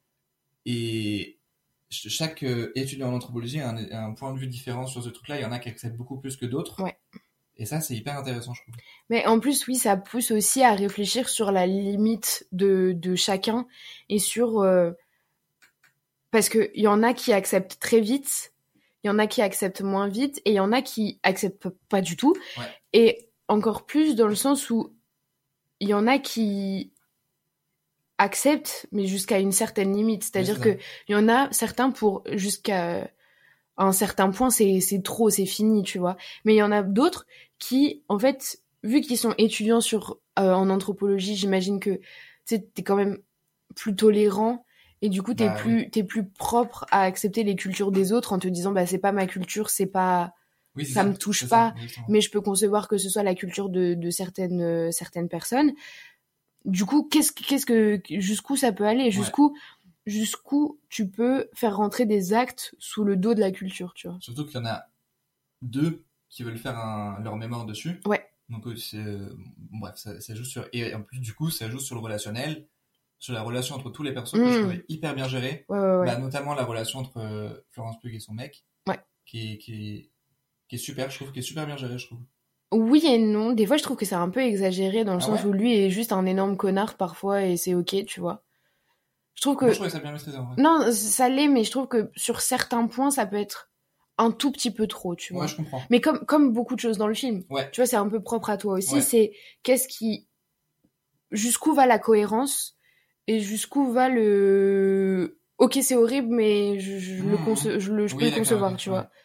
et ch- chaque euh, étudiant en anthropologie a un, a un point de vue différent sur ce truc-là. Il y en a qui acceptent beaucoup plus que d'autres. Ouais. Et ça, c'est hyper intéressant, je trouve. Mais en plus, oui, ça pousse aussi à réfléchir sur la limite de, de chacun et sur... euh, Parce qu'il y en a qui acceptent très vite, il y en a qui acceptent moins vite, et il y en a qui acceptent pas du tout. Ouais. Et encore plus dans le sens où il y en a qui acceptent, mais jusqu'à une certaine limite. C'est-à-dire Oui, c'est que il y en a certains pour jusqu'à un certain point, c'est c'est trop, c'est fini, tu vois. Mais il y en a d'autres qui, en fait, vu qu'ils sont étudiants sur euh, en anthropologie, j'imagine que tu sais, t'es quand même plus tolérant et du coup t'es Bah, plus t'es plus propre à accepter les cultures des autres en te disant bah c'est pas ma culture, c'est pas Oui, c'est ça me touche c'est pas, ça, exactement. mais je peux concevoir que ce soit la culture de, de certaines euh, certaines personnes. Du coup, qu'est-ce que- qu'est-ce que jusqu'où ça peut aller, jusqu'où jusqu'où tu peux faire rentrer des actes sous le dos de la culture, tu vois. Surtout qu'il y en a deux qui veulent faire un, leur mémoire dessus. Ouais. Donc, euh, c'est, euh, bref, ça, ça joue sur, et en plus, du coup, ça joue sur le relationnel, sur la relation entre tous les personnages, que je Mm. trouvais hyper bien gérée. Ouais, ouais, ouais. Bah, notamment la relation entre euh, Florence Pugh et son mec. Ouais. Qui est, qui est, qui est super, je trouve, qui est super bien gérée, je trouve. Oui et non. Des fois, je trouve que c'est un peu exagéré dans le Ah sens ouais où lui est juste un énorme connard parfois et c'est ok, tu vois. Je trouve que Moi, je trouvais ça bien maîtrisé, en vrai. non, ça l'est, mais je trouve que sur certains points, ça peut être un tout petit peu trop, tu vois. Ouais, je comprends. Mais comme comme beaucoup de choses dans le film, Ouais. tu vois, c'est un peu propre à toi aussi. Ouais. C'est qu'est-ce qui, jusqu'où va la cohérence et jusqu'où va le. Ok, c'est horrible, mais je, je le Mmh, conce... je, le... je oui, peux le d'accord, concevoir, ok, tu ouais. vois.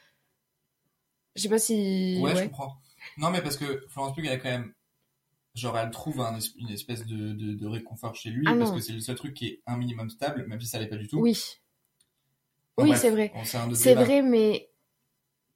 Je sais pas si. Ouais, je comprends. Non, mais parce que Florence Pugh, elle a quand même, genre, elle trouve un es- une espèce de, de, de réconfort chez lui, Ah parce non. que c'est le seul truc qui est un minimum stable, même si ça l'est pas du tout. Oui. Enfin, Oui, bref, c'est vrai. on- C'est un autre C'est débat. vrai, mais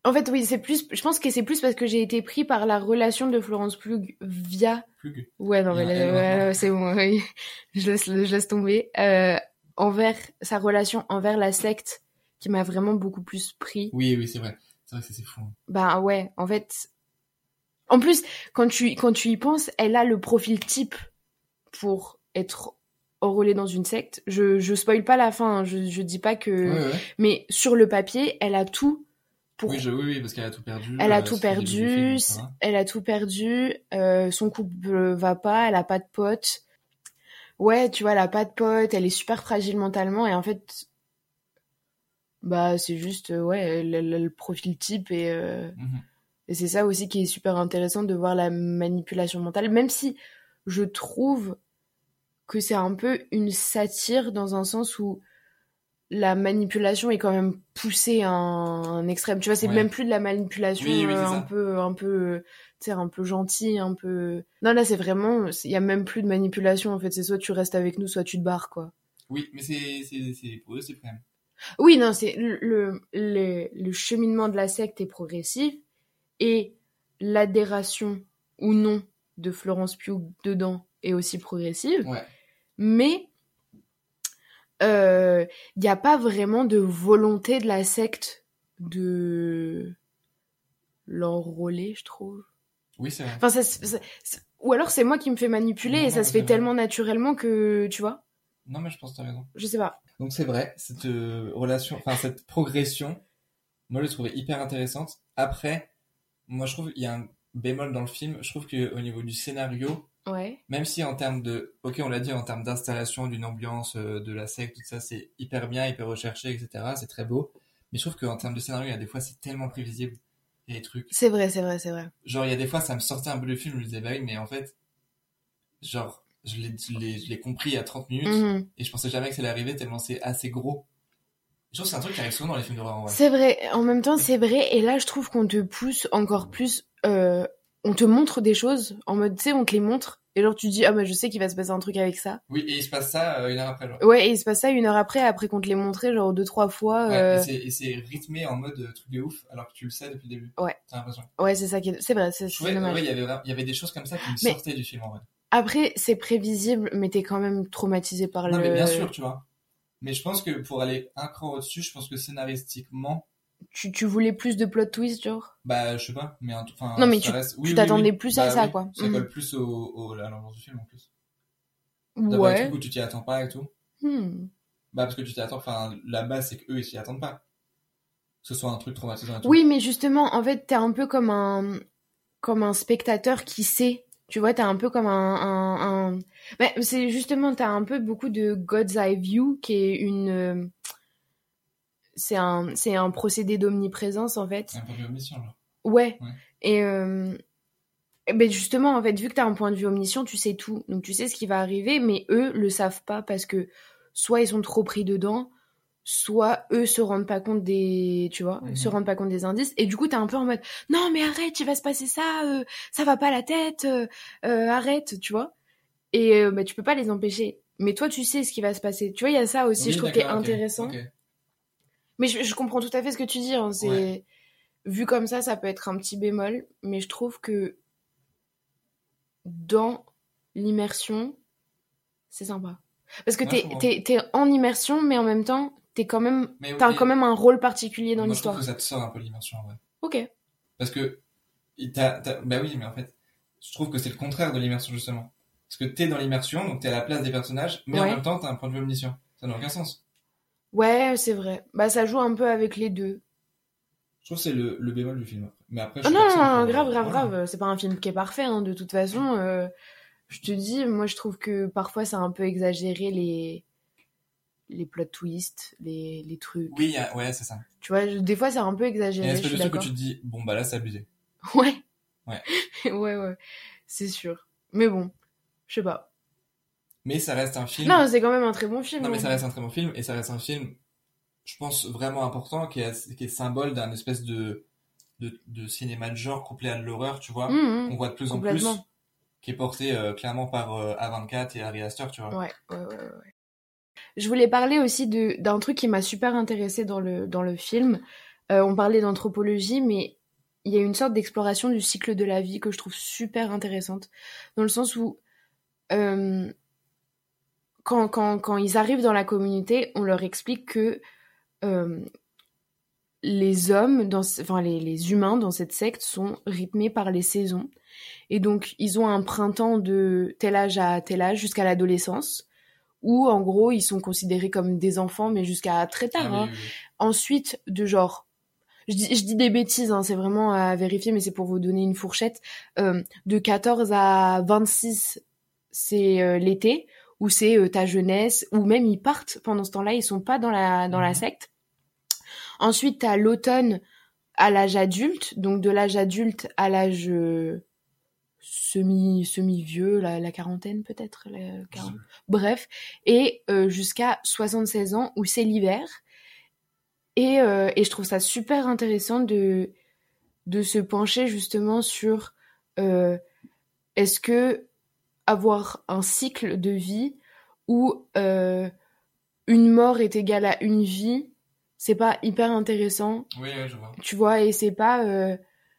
En fait, oui, c'est plus. Je pense que c'est plus parce que j'ai été pris par la relation de Florence Pugh via. Pugh. Ouais, non, mais Il y a là, un ouais, L ouais, c'est bon, oui. je, laisse, je laisse tomber. Euh, envers sa relation envers la secte qui m'a vraiment beaucoup plus pris. Oui, oui, c'est vrai. C'est vrai que c'est, c'est fou. Hein. Bah ouais, en fait. En plus, quand tu, quand tu y penses, elle a le profil type pour être enrôlée dans une secte. Je, je spoil pas la fin, hein, je, je dis pas que. Ouais, ouais. Mais sur le papier, elle a tout. Pour... Oui, je, oui, oui, parce qu'elle a tout perdu. Elle a euh, tout c'est perdu, des films, hein. elle a tout perdu, euh, son couple va pas, elle a pas de potes. Ouais, tu vois, elle a pas de potes, elle est super fragile mentalement et en fait, bah c'est juste, euh, ouais, elle, elle a le profil type et, euh, Mm-hmm. et c'est ça aussi qui est super intéressant de voir la manipulation mentale, même si je trouve que c'est un peu une satire dans un sens où la manipulation est quand même poussée à un, un extrême. Tu vois, c'est Ouais. même plus de la manipulation Oui, oui, c'est euh, ça. un peu, un peu, tu sais, un peu gentil, un peu. Non, là, c'est vraiment, il y a même plus de manipulation en fait. C'est soit tu restes avec nous, soit tu te barres, quoi. Oui, mais c'est, c'est, c'est pour eux, c'est quand même. Oui, non, c'est le, le, le, le cheminement de la secte est progressif et l'adhération ou non de Florence Pugh dedans est aussi progressive. Ouais. Mais il euh, n'y a pas vraiment de volonté de la secte de l'enrôler, je trouve. Oui, c'est vrai. Enfin, ça, ça, ça, ou alors c'est moi qui me fais manipuler Non, et ça non, se c'est fait vrai. tellement naturellement que, tu vois. Non, mais je pense que t'as raison. Je sais pas. Donc c'est vrai, cette euh, relation, enfin cette progression, moi je l'ai trouvée hyper intéressante. Après, moi je trouve il y a un bémol dans le film. Je trouve que au niveau du scénario, Ouais. même si en termes de, ok, on l'a dit, en termes d'installation d'une ambiance, euh, de la secte, tout ça, c'est hyper bien, hyper recherché, et cetera. C'est très beau. Mais je trouve qu'en termes de scénario, il y a des fois, c'est tellement prévisible. Il y a des trucs. C'est vrai, c'est vrai, c'est vrai. Genre, il y a des fois, ça me sortait un peu du film, je me disais, bah oui, mais en fait, genre, je l'ai, je l'ai, je l'ai compris à trente minutes, Mm-hmm. et je pensais jamais que ça allait arriver tellement c'est assez gros. Je trouve que c'est un truc qui arrive souvent dans les films d'horreur, en vrai. C'est vrai, en même temps, c'est vrai. Et là, je trouve qu'on te pousse encore plus. Euh, on te montre des choses en mode, tu sais, on te les montre. Et genre, tu dis, ah bah, je sais qu'il va se passer un truc avec ça. Oui, et il se passe ça euh, une heure après, genre. Ouais, et il se passe ça une heure après, après qu'on te l'ait montré, genre deux, trois fois. Ouais, euh... et, c'est, et c'est rythmé en mode euh, truc de ouf, alors que tu le sais depuis le début. Ouais. T'as l'impression. Ouais, c'est ça qui est. C'est vrai, c'est, Je c'est trouvais, dommage. ouais, il y avait vraiment, il y avait des choses comme ça qui me Mais- sortaient du film, en vrai. Après, c'est prévisible, mais t'es quand même traumatisé par Non, le. mais bien sûr, tu vois. Mais je pense que pour aller un cran au-dessus, je pense que scénaristiquement, Tu, tu voulais plus de plot twist, genre bah, je sais pas, mais en tout- enfin, Non, mais ça tu- reste... tu oui, oui, t'attendais oui. plus à Bah ça, oui, quoi. Ça Mhm. colle plus au, au, à l'ambiance du film, en plus. D'avoir des Ouais. trucs où tu t'y attends pas et tout. Hmm. Bah, parce que tu t'y attends, enfin, la base, c'est qu'eux, ils s'y attendent pas. Que ce soit un truc traumatisant et tout. Oui, mais justement, en fait, t'es un peu comme un, comme un spectateur qui sait. Tu vois, t'es un peu comme un, un, un... Bah, c'est justement, t'as un peu beaucoup de God's Eye View, qui est une, euh, c'est un, c'est un procédé d'omniprésence en fait. C'est un peu de mission, genre. Ouais. Ouais. Et, euh, et ben justement, en fait, vu que t'as un point de vue omniscient, tu sais tout. Donc tu sais ce qui va arriver, mais eux le savent pas parce que soit ils sont trop pris dedans, soit eux se rendent pas compte des, tu vois, Mhm. se rendent pas compte des indices. Et du coup, t'es un peu en mode, non mais arrête, il va se passer ça, euh, ça va pas la tête, euh, euh, arrête, tu vois. Et euh, bah, tu peux pas les empêcher. Mais toi, tu sais ce qui va se passer. Tu vois, il y a ça aussi, Oui, je trouve, qui est d'accord, ok, intéressant. ok. Mais je, je comprends tout à fait ce que tu dis. Hein. C'est... Ouais. Vu comme ça, ça peut être un petit bémol. Mais je trouve que dans l'immersion, c'est sympa. Parce que Ouais, t'es, je comprends. t'es, t'es en immersion, mais en même temps, t'es quand même, Mais, t'as mais- quand même un rôle particulier dans Moi, l'histoire. je trouve que ça te sort un peu de l'immersion, en vrai. Ok. Parce que, il t'a, t'as- bah oui, mais en fait, je trouve que c'est le contraire de l'immersion, justement. Parce que t'es dans l'immersion, donc t'es à la place des personnages, mais Ouais. en même temps, t'as un point de vue omniscient. Ça n'a aucun sens. Ouais, c'est vrai. Bah, ça joue un peu avec les deux. Je trouve que c'est le, le bémol du film. Mais après, je Ah suis non, non, personne non, pour- grave, grave, voilà. grave. C'est pas un film qui est parfait, hein, de toute façon. Euh, je te dis, moi, je trouve que parfois, c'est un peu exagéré les, les plot twists, les, les trucs. Oui, y a- ouais, c'est ça. Tu vois, je- des fois, c'est un peu Il y a exagéré, une je espèce suis de truc où d'accord. tu te dis, bon, bah là, c'est abusé. Ouais. Ouais. ouais, ouais. C'est sûr. Mais bon, je sais pas. Mais ça reste un film. Non, c'est quand même un très bon film. Non, mais hein. ça reste un très bon film, et ça reste un film, je pense, vraiment important, qui est, qui est symbole d'un espèce de, de, de cinéma de genre couplé à de l'horreur, tu vois, Mmh, mmh. qu'on voit de plus en plus, Complètement. qui est porté euh, clairement par euh, A vingt-quatre et Ari Aster, tu vois. Ouais, ouais, ouais, ouais, ouais. Je voulais parler aussi de, d'un truc qui m'a super intéressée dans le, dans le film. Euh, on parlait d'anthropologie, mais il y a une sorte d'exploration du cycle de la vie que je trouve super intéressante, dans le sens où euh, quand, quand, quand ils arrivent dans la communauté, on leur explique que euh, les hommes, dans, enfin les, les humains dans cette secte sont rythmés par les saisons. Et donc, ils ont un printemps de tel âge à tel âge jusqu'à l'adolescence, où en gros, ils sont considérés comme des enfants, mais jusqu'à très tard. Ah, hein. oui, oui, oui. Ensuite, de genre... Je dis, je dis des bêtises, hein, c'est vraiment à vérifier, mais c'est pour vous donner une fourchette. Euh, de quatorze à vingt-six, c'est euh, l'été, où c'est euh, ta jeunesse, ou même ils partent pendant ce temps-là, ils sont pas dans la, dans mmh. la secte. Ensuite, t'as l'automne à l'âge adulte, donc de l'âge adulte à l'âge euh, semi, semi-vieux, la, la quarantaine peut-être, la quarante... bref, et euh, jusqu'à soixante-seize ans, où c'est l'hiver. Et, euh, et je trouve ça super intéressant de, de se pencher justement sur euh, est-ce que avoir un cycle de vie où euh, une mort est égale à une vie, c'est pas hyper intéressant. Oui, oui, je vois. Tu vois, et c'est pas... Euh...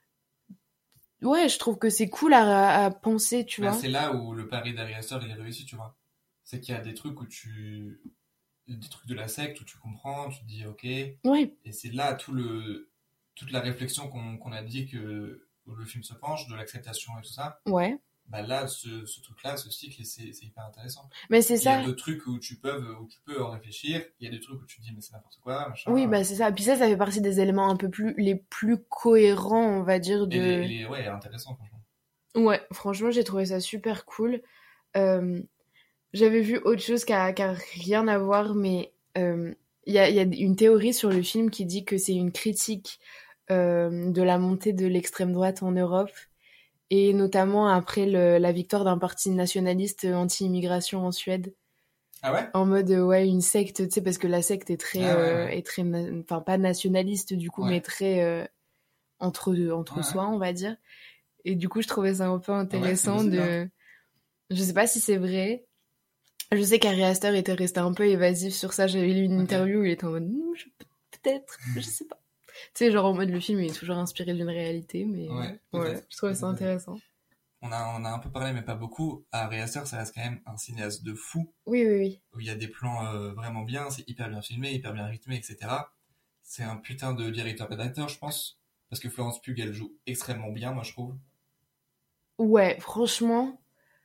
Ouais, je trouve que c'est cool à, à penser, tu bah, vois. C'est là où le pari d'Ari Aster, il est réussi, tu vois. C'est qu'il y a des trucs où tu... des trucs de la secte où tu comprends, tu te dis ok, oui. Et c'est là tout le, toute la réflexion qu'on, qu'on a dit que le film se penche, de l'acceptation et tout ça, ouais. Bah là, ce, ce truc-là, ce cycle, c'est, c'est hyper intéressant. Mais c'est il ça. Il y a d'autres trucs où tu, peux, où tu peux en réfléchir, il y a des trucs où tu te dis mais c'est n'importe quoi, machin. Oui, bah c'est ça. Puis ça, ça fait partie des éléments un peu plus, les plus cohérents, on va dire, de... Et les, les, ouais, intéressant, franchement. Ouais, franchement, j'ai trouvé ça super cool. Euh, j'avais vu autre chose qui a, qui a rien à voir, mais il euh, y, a, y a une théorie sur le film qui dit que c'est une critique euh, de la montée de l'extrême droite en Europe, et notamment après le, la victoire d'un parti nationaliste anti-immigration en Suède. Ah ouais ? En mode, ouais, une secte, tu sais, parce que la secte est très, ah ouais, euh, ouais. est très, enfin, pas nationaliste du coup, ouais. mais très euh, entre, entre ouais, soi, ouais. on va dire. Et du coup, je trouvais ça un peu intéressant ouais, de... Je sais pas si c'est vrai. Je sais qu'Ari Aster était resté un peu évasif sur ça. J'avais lu une okay. interview où il était en mode, je... peut-être, je sais pas. Tu sais, genre en mode, le film il est toujours inspiré d'une réalité, mais ouais, ouais je trouvais ça intéressant. On a, on a un peu parlé, mais pas beaucoup. Ari Aster, ça reste quand même un cinéaste de fou. Oui, oui, oui. Où il y a des plans euh, vraiment bien, c'est hyper bien filmé, hyper bien rythmé, et cetera. C'est un putain de directeur et d'acteur, je pense. Parce que Florence Pugh, elle joue extrêmement bien, moi, je trouve. Ouais, franchement.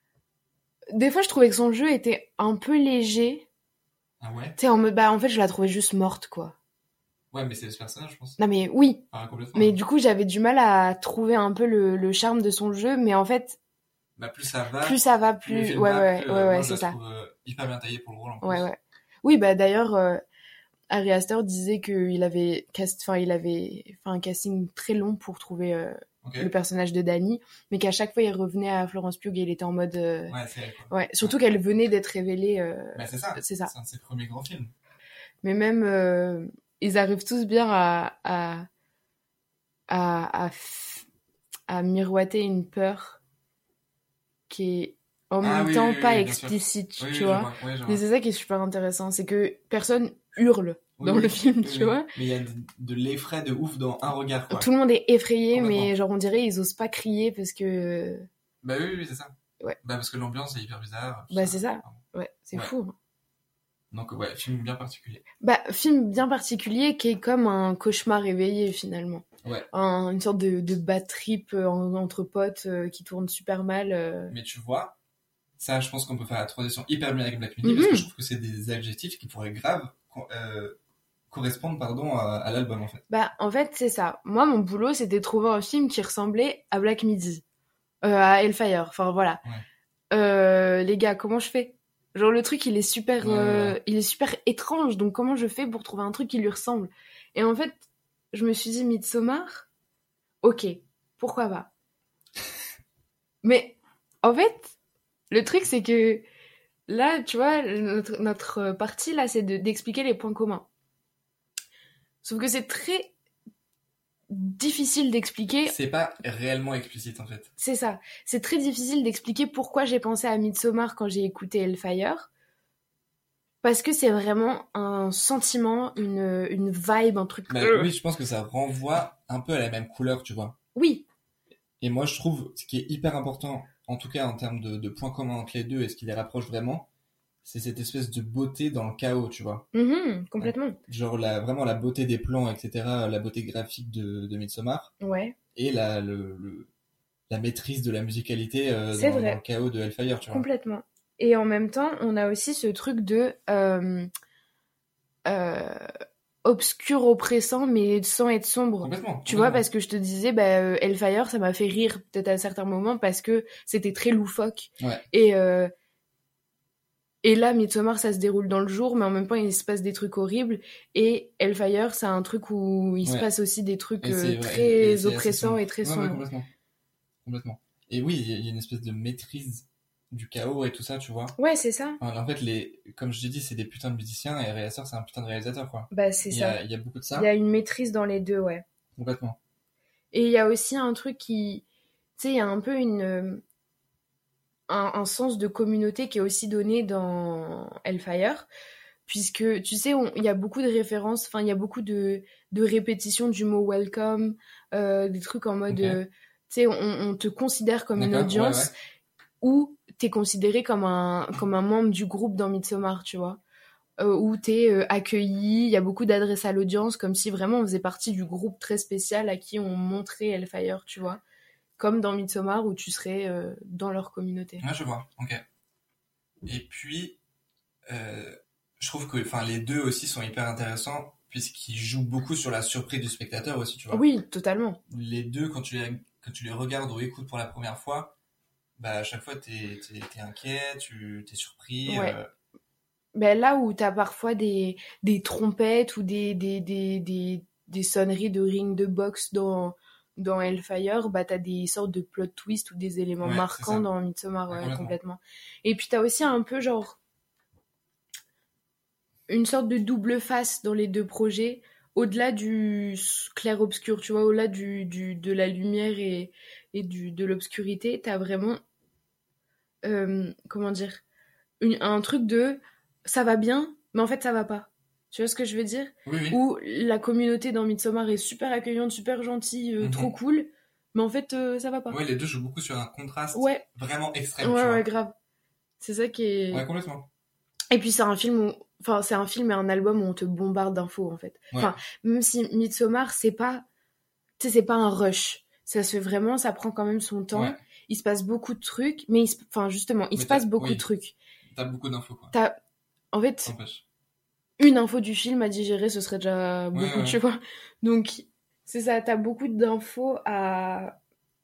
Des fois, je trouvais que son jeu était un peu léger. Ah ouais ? Tu sais, en mode, bah, en fait, je la trouvais juste morte, quoi. Ouais, mais c'est ce personnage, je pense. Non, mais oui. Ah, complètement. Mais du coup, j'avais du mal à trouver un peu le, le charme de son jeu, mais en fait... Bah, plus ça va... Plus ça va, plus... Ouais, va, ouais, plus, ouais, euh, ouais, moi, c'est ça. Je la trouve euh, hyper bien taillé pour le rôle, en ouais, plus. Ouais, ouais. Oui, bah, d'ailleurs, euh, Ari Aster disait qu'il avait, cast... enfin, il avait fait un casting très long pour trouver euh, okay. le personnage de Danny, mais qu'à chaque fois, il revenait à Florence Pugh et il était en mode... Euh... Ouais, c'est vrai, quoi. Ouais, surtout ouais. qu'elle venait d'être révélée... Euh... Bah, c'est ça. C'est ça. C'est un de ses premiers grands films. Mais même... Euh... Ils arrivent tous bien à, à, à, à, à miroiter une peur qui est en ah, même oui, temps oui, pas oui, explicite, oui, tu oui, vois. vois, oui, Et c'est ça qui est super intéressant, c'est que personne hurle oui, dans oui, le film, oui, tu oui. vois. Mais il y a de, de l'effraie de ouf dans un regard, quoi. Tout le monde est effrayé, mais genre on dirait ils osent pas crier parce que... Bah oui, oui, c'est ça. Ouais. Bah parce que l'ambiance est hyper bizarre. Bah ça. c'est ça, ouais, c'est ouais. fou. Donc ouais, film bien particulier. Bah, film bien particulier qui est comme un cauchemar éveillé finalement. Ouais. Un, une sorte de, de bad trip en, entre potes euh, qui tourne super mal. Euh... Mais tu vois, ça je pense qu'on peut faire la transition hyper bien avec Black Midi mm-hmm. parce que je trouve que c'est des adjectifs qui pourraient grave euh, correspondre pardon, à, à l'album en fait. Bah en fait c'est ça. Moi mon boulot c'était de trouver un film qui ressemblait à Black Midi, euh, à Hellfire, enfin voilà. Ouais. Euh, les gars, comment je fais ? Genre le truc il est super ouais, euh, ouais. il est super étrange, donc comment je fais pour trouver un truc qui lui ressemble ? Et en fait je me suis dit Midsommar, ok, pourquoi pas. Mais en fait le truc c'est que là tu vois notre, notre partie là c'est de, d'expliquer les points communs, sauf que c'est très difficile d'expliquer. C'est pas réellement explicite en fait. C'est ça. C'est très difficile d'expliquer pourquoi j'ai pensé à Midsommar quand j'ai écouté Hellfire. Parce que c'est vraiment un sentiment, une, une vibe, un truc... Bah, oui, je pense que ça renvoie un peu à la même couleur, tu vois. Oui. Et moi, je trouve, ce qui est hyper important, en tout cas en termes de, de points communs entre les deux et ce qui les rapproche vraiment, c'est cette espèce de beauté dans le chaos, tu vois. Mmh, complètement. Genre la, vraiment la beauté des plans, et cetera, la beauté graphique de, de Midsommar, Ouais. et la, le, le- la maîtrise de la musicalité euh, C'est dans, vrai. dans le chaos de Hellfire, tu vois. Complètement. Et en même temps, on a aussi ce truc de euh, euh, obscur, oppressant, mais sans être sombre. Complètement. Tu vois, complètement. parce que je te disais, bah, euh, Hellfire, ça m'a fait rire peut-être à certains moments parce que c'était très loufoque. Ouais. Et, euh, et là, Midsommar, ça se déroule dans le jour, mais en même temps, il se passe des trucs horribles. Et Hellfire, c'est un truc où il se Ouais. passe aussi des trucs Et euh, c'est vrai, très et- et c'est assez oppressants sombre. et très Ouais, ouais, sombres. complètement. Complètement. Et oui, il y, a- il y a une espèce de maîtrise du chaos et tout ça, tu vois. Ouais, c'est ça. Enfin, en fait, les, comme je t'ai dit, c'est des putains de musiciens et Ray c'est un putain de réalisateur, quoi. Bah, c'est Il y ça. a, il y a beaucoup de Il ça. y a une maîtrise dans les deux, ouais. Complètement. Et il y a aussi un truc qui... Tu sais, il y a un peu une... euh, un, un sens de communauté qui est aussi donné dans Hellfire, puisque, tu sais, on- il y a beaucoup de références, enfin, il y a beaucoup de, de répétitions du mot welcome, euh, des trucs en mode... Ok. euh, tu sais, on, on te considère comme une D'accord, audience ouais, où t'es considéré comme un, comme un membre du groupe dans Midsommar, tu vois. Euh, où t'es euh, accueilli, il y a beaucoup d'adresses à l'audience, comme si vraiment on faisait partie du groupe très spécial à qui on montrait Hellfire, tu vois. Comme dans Midsommar où tu serais euh, dans leur communauté. ouais. Ouais, je vois. Ok. Et puis, euh, je trouve que, enfin, les deux aussi sont hyper intéressants puisqu'ils jouent beaucoup sur la surprise du spectateur aussi, tu vois. Oui, totalement. Les deux, quand tu les, quand tu les regardes ou écoutes pour la première fois, bah, à chaque fois, t'es, t'es, t'es inquiet, tu, t'es surpris. Ouais. euh, Ben, là où t'as parfois des, des trompettes ou des, des, des, des, des sonneries de ring de boxe dans, dans Hellfire, bah t'as des sortes de plot twists ou des éléments Ouais, c'est marquants ça. dans Midsommar, Ouais, ouais, complètement. complètement. Et puis t'as aussi un peu genre une sorte de double face dans les deux projets, au-delà du s- clair-obscur, tu vois, au-delà du, du, de la lumière et, et du, de l'obscurité, t'as vraiment, euh, comment dire, une- un truc de ça va bien, mais en fait ça va pas. Tu vois ce que je veux dire? Oui, oui. Où la communauté dans Midsommar est super accueillante, super gentille, euh, Mhm. trop cool, mais en fait euh, ça va pas. Ouais, les deux jouent beaucoup sur un contraste Ouais, vraiment extrême, ouais, tu vois. ouais, grave. C'est ça qui est. Ouais, complètement. Et puis c'est un film où, enfin c'est un film et un album où on te bombarde d'infos en fait. Ouais. Enfin même si Midsommar c'est pas, tu sais c'est pas un rush. Ça se fait vraiment, ça prend quand même son temps. Ouais. Il se passe beaucoup de trucs, mais il se... enfin justement il Mais se passe t'as- beaucoup oui. de trucs. T'as beaucoup d'infos, quoi. T'as, en fait, T'empêche. une info du film à digérer, ce serait déjà Ouais, beaucoup, ouais. tu vois. Donc, c'est ça, t'as beaucoup d'infos à,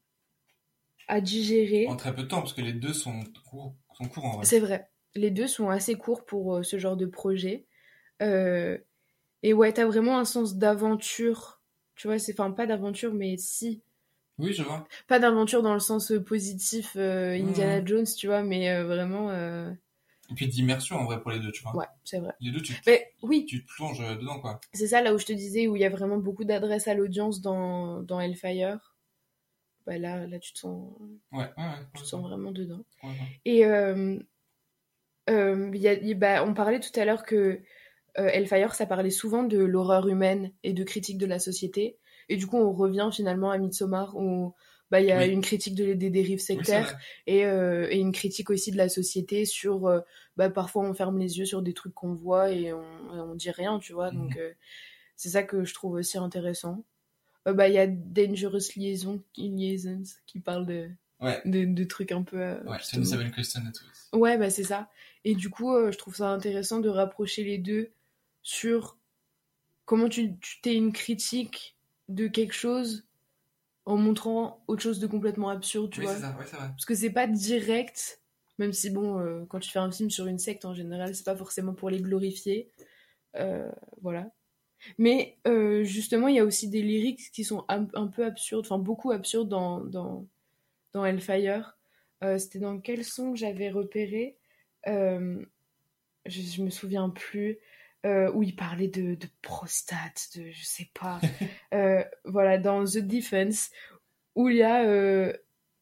à digérer. En très peu de temps, parce que les deux sont courts, sont courts en vrai. C'est vrai. Les deux sont assez courts pour euh, ce genre de projet. Euh, et ouais, t'as vraiment un sens d'aventure. Tu vois, c'est, enfin, pas d'aventure, mais si. Oui, je vois. Pas d'aventure dans le sens euh, positif euh, Indiana Mhm. Jones, tu vois, mais euh, vraiment... euh, Et puis d'immersion en vrai pour les deux, tu vois. Ouais, c'est vrai. Les deux, tu, Mais oui, tu te plonges dedans, quoi. c'est ça là où je te disais, où il y a vraiment beaucoup d'adresses à l'audience dans, dans Hellfire. Bah là, là, tu te sens, Ouais, ouais, ouais. tu te sens vraiment dedans. Complètement. Et euh, euh, il y a, il- bah, on parlait tout à l'heure que euh, Hellfire, ça parlait souvent de l'horreur humaine et de critique de la société. Et du coup, on revient finalement à Midsommar, où bah, il y a Oui. une critique de- des dérives Oui, c'est sectaires vrai. et, euh, et une critique aussi de la société sur... euh, bah, parfois, on ferme les yeux sur des trucs qu'on voit et on, et on dit rien, tu vois. Mhm. Donc, euh, c'est ça que je trouve aussi intéressant. Euh, bah, il y a Dangerous Liaison, Liaisons qui parle de, Ouais. de, de trucs un peu... euh, Ouais, justement. twenty-seven Christian Networks. Ouais, bah c'est ça. Et du coup, euh, je trouve ça intéressant de rapprocher les deux sur comment tu, tu t'es une critique de quelque chose en montrant autre chose de complètement absurde, tu Oui, vois. c'est ça, ouais, c'est vrai. Parce que c'est pas direct, même si bon, euh, quand tu fais un film sur une secte en général, c'est pas forcément pour les glorifier. Euh, voilà. Mais euh, justement, il y a aussi des lyrics qui sont un, un peu absurdes, enfin beaucoup absurdes dans, dans, dans Hellfire. Euh, c'était dans quel son que j'avais repéré euh, je, je me souviens plus. Euh, où il parlait de, de prostate, de je sais pas. euh, voilà, dans The Defense, où il y a euh,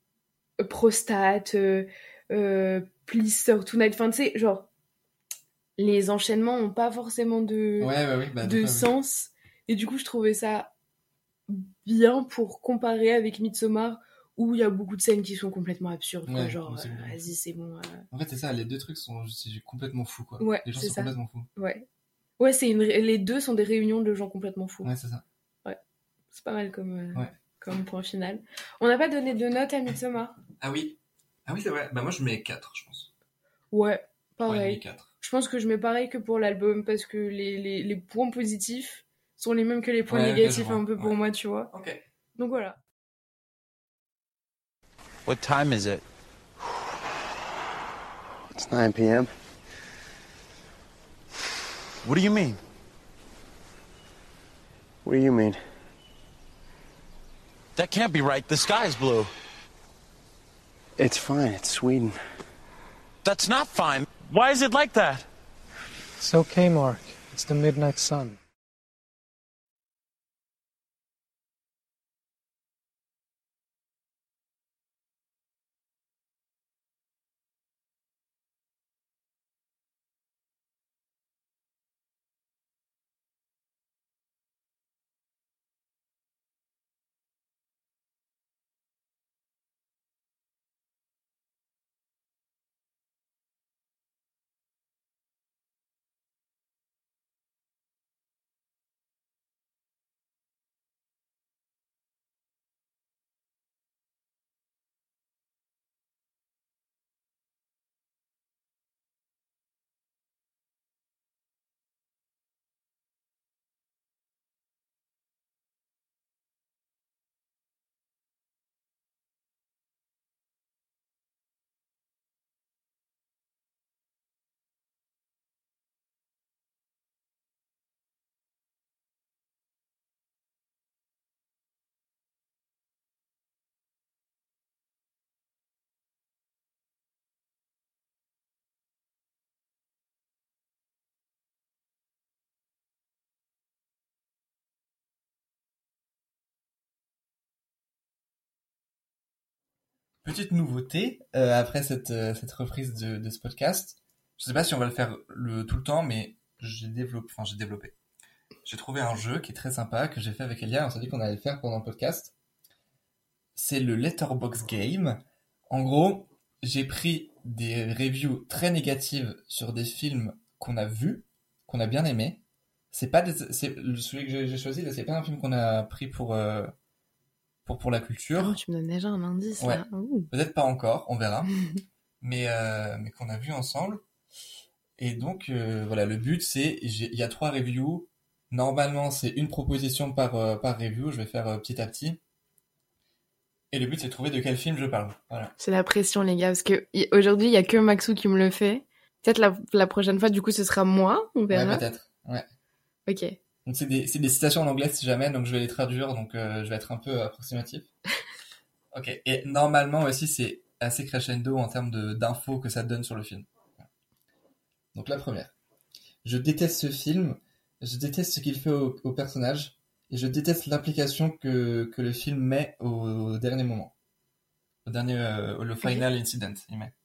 prostate, euh, euh, please sir tonight. Enfin, tu sais, genre, les enchaînements ont pas forcément de, Ouais, ouais, ouais, bah, de fois, sens. Et du coup, je trouvais ça bien pour comparer avec Midsommar, où il y a beaucoup de scènes qui sont complètement absurdes. Quoi, Ouais, genre, c'est euh, complètement vas-y, c'est bon. euh. oui. En fait, c'est ça, les deux trucs sont c'est complètement fous, quoi. Ouais, les gens c'est sont ça. complètement fous. Ouais, ouais c'est une... ré- les deux sont des réunions de gens complètement fous. Ouais, c'est ça. C'est pas mal comme, euh, Ouais. comme point final. On n'a pas donné de notes à Midsommar. Ah oui. Ah oui, c'est vrai. Bah, moi, je mets quatre, je pense. Ouais, pareil. Ouais, quatre. Je pense que je mets pareil que pour l'album, parce que les, les, les points positifs sont les mêmes que les points Ouais, ok, négatifs je vois. un peu pour Ouais. moi, tu vois. Ok. Donc voilà. What time is it? It's nine p.m. What do you mean? What do you mean? That can't be right. The sky is blue. It's fine. It's Sweden. That's not fine. Why is it like that? It's okay, Mark. It's the midnight sun. Petite nouveauté, euh, après cette, euh, cette reprise de, de ce podcast. Je sais pas si on va le faire le, tout le temps, mais j'ai développé, enfin, j'ai développé. J'ai trouvé un jeu qui est très sympa, que j'ai fait avec Elia, on s'est dit qu'on allait le faire pendant le podcast. C'est le Letterboxd Game. En gros, j'ai pris des reviews très négatives sur des films qu'on a vus, qu'on a bien aimés. C'est pas des, c'est, celui que j'ai j'ai choisi, là, c'est pas un film qu'on a pris pour, euh, pour, pour la culture. Oh, tu me donnes déjà un indice, Ouais. là. Ouh. Peut-être pas encore, on verra. mais, euh, mais qu'on a vu ensemble. Et donc, euh, voilà, le but, c'est, j'ai- il y a trois reviews. Normalement, c'est une proposition par, euh, par review. Je vais faire euh, petit à petit. Et le but, c'est de trouver de quel film je parle. Voilà. C'est la pression, les gars, parce que y- aujourd'hui, il y a que Maxou qui me le fait. Peut-être la, la prochaine fois, du coup, ce sera moi, on Ouais, verra. peut-être. Ouais. Ok. Donc, c'est des, c'est des citations en anglais si jamais, donc je vais les traduire, donc euh, je vais être un peu approximatif. Ok. Et normalement aussi, c'est assez crescendo en termes de, d'infos que ça donne sur le film. Donc, la première. Je déteste ce film, je déteste ce qu'il fait au, au personnage, et je déteste l'implication que, que le film met au, au dernier moment. Au dernier, euh, le final incident, il met.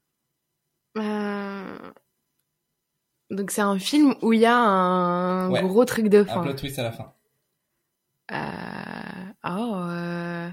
Euh, Donc, c'est un film où il y a un Ouais. gros truc de Un fin. plot twist à la fin. Euh... Oh, euh...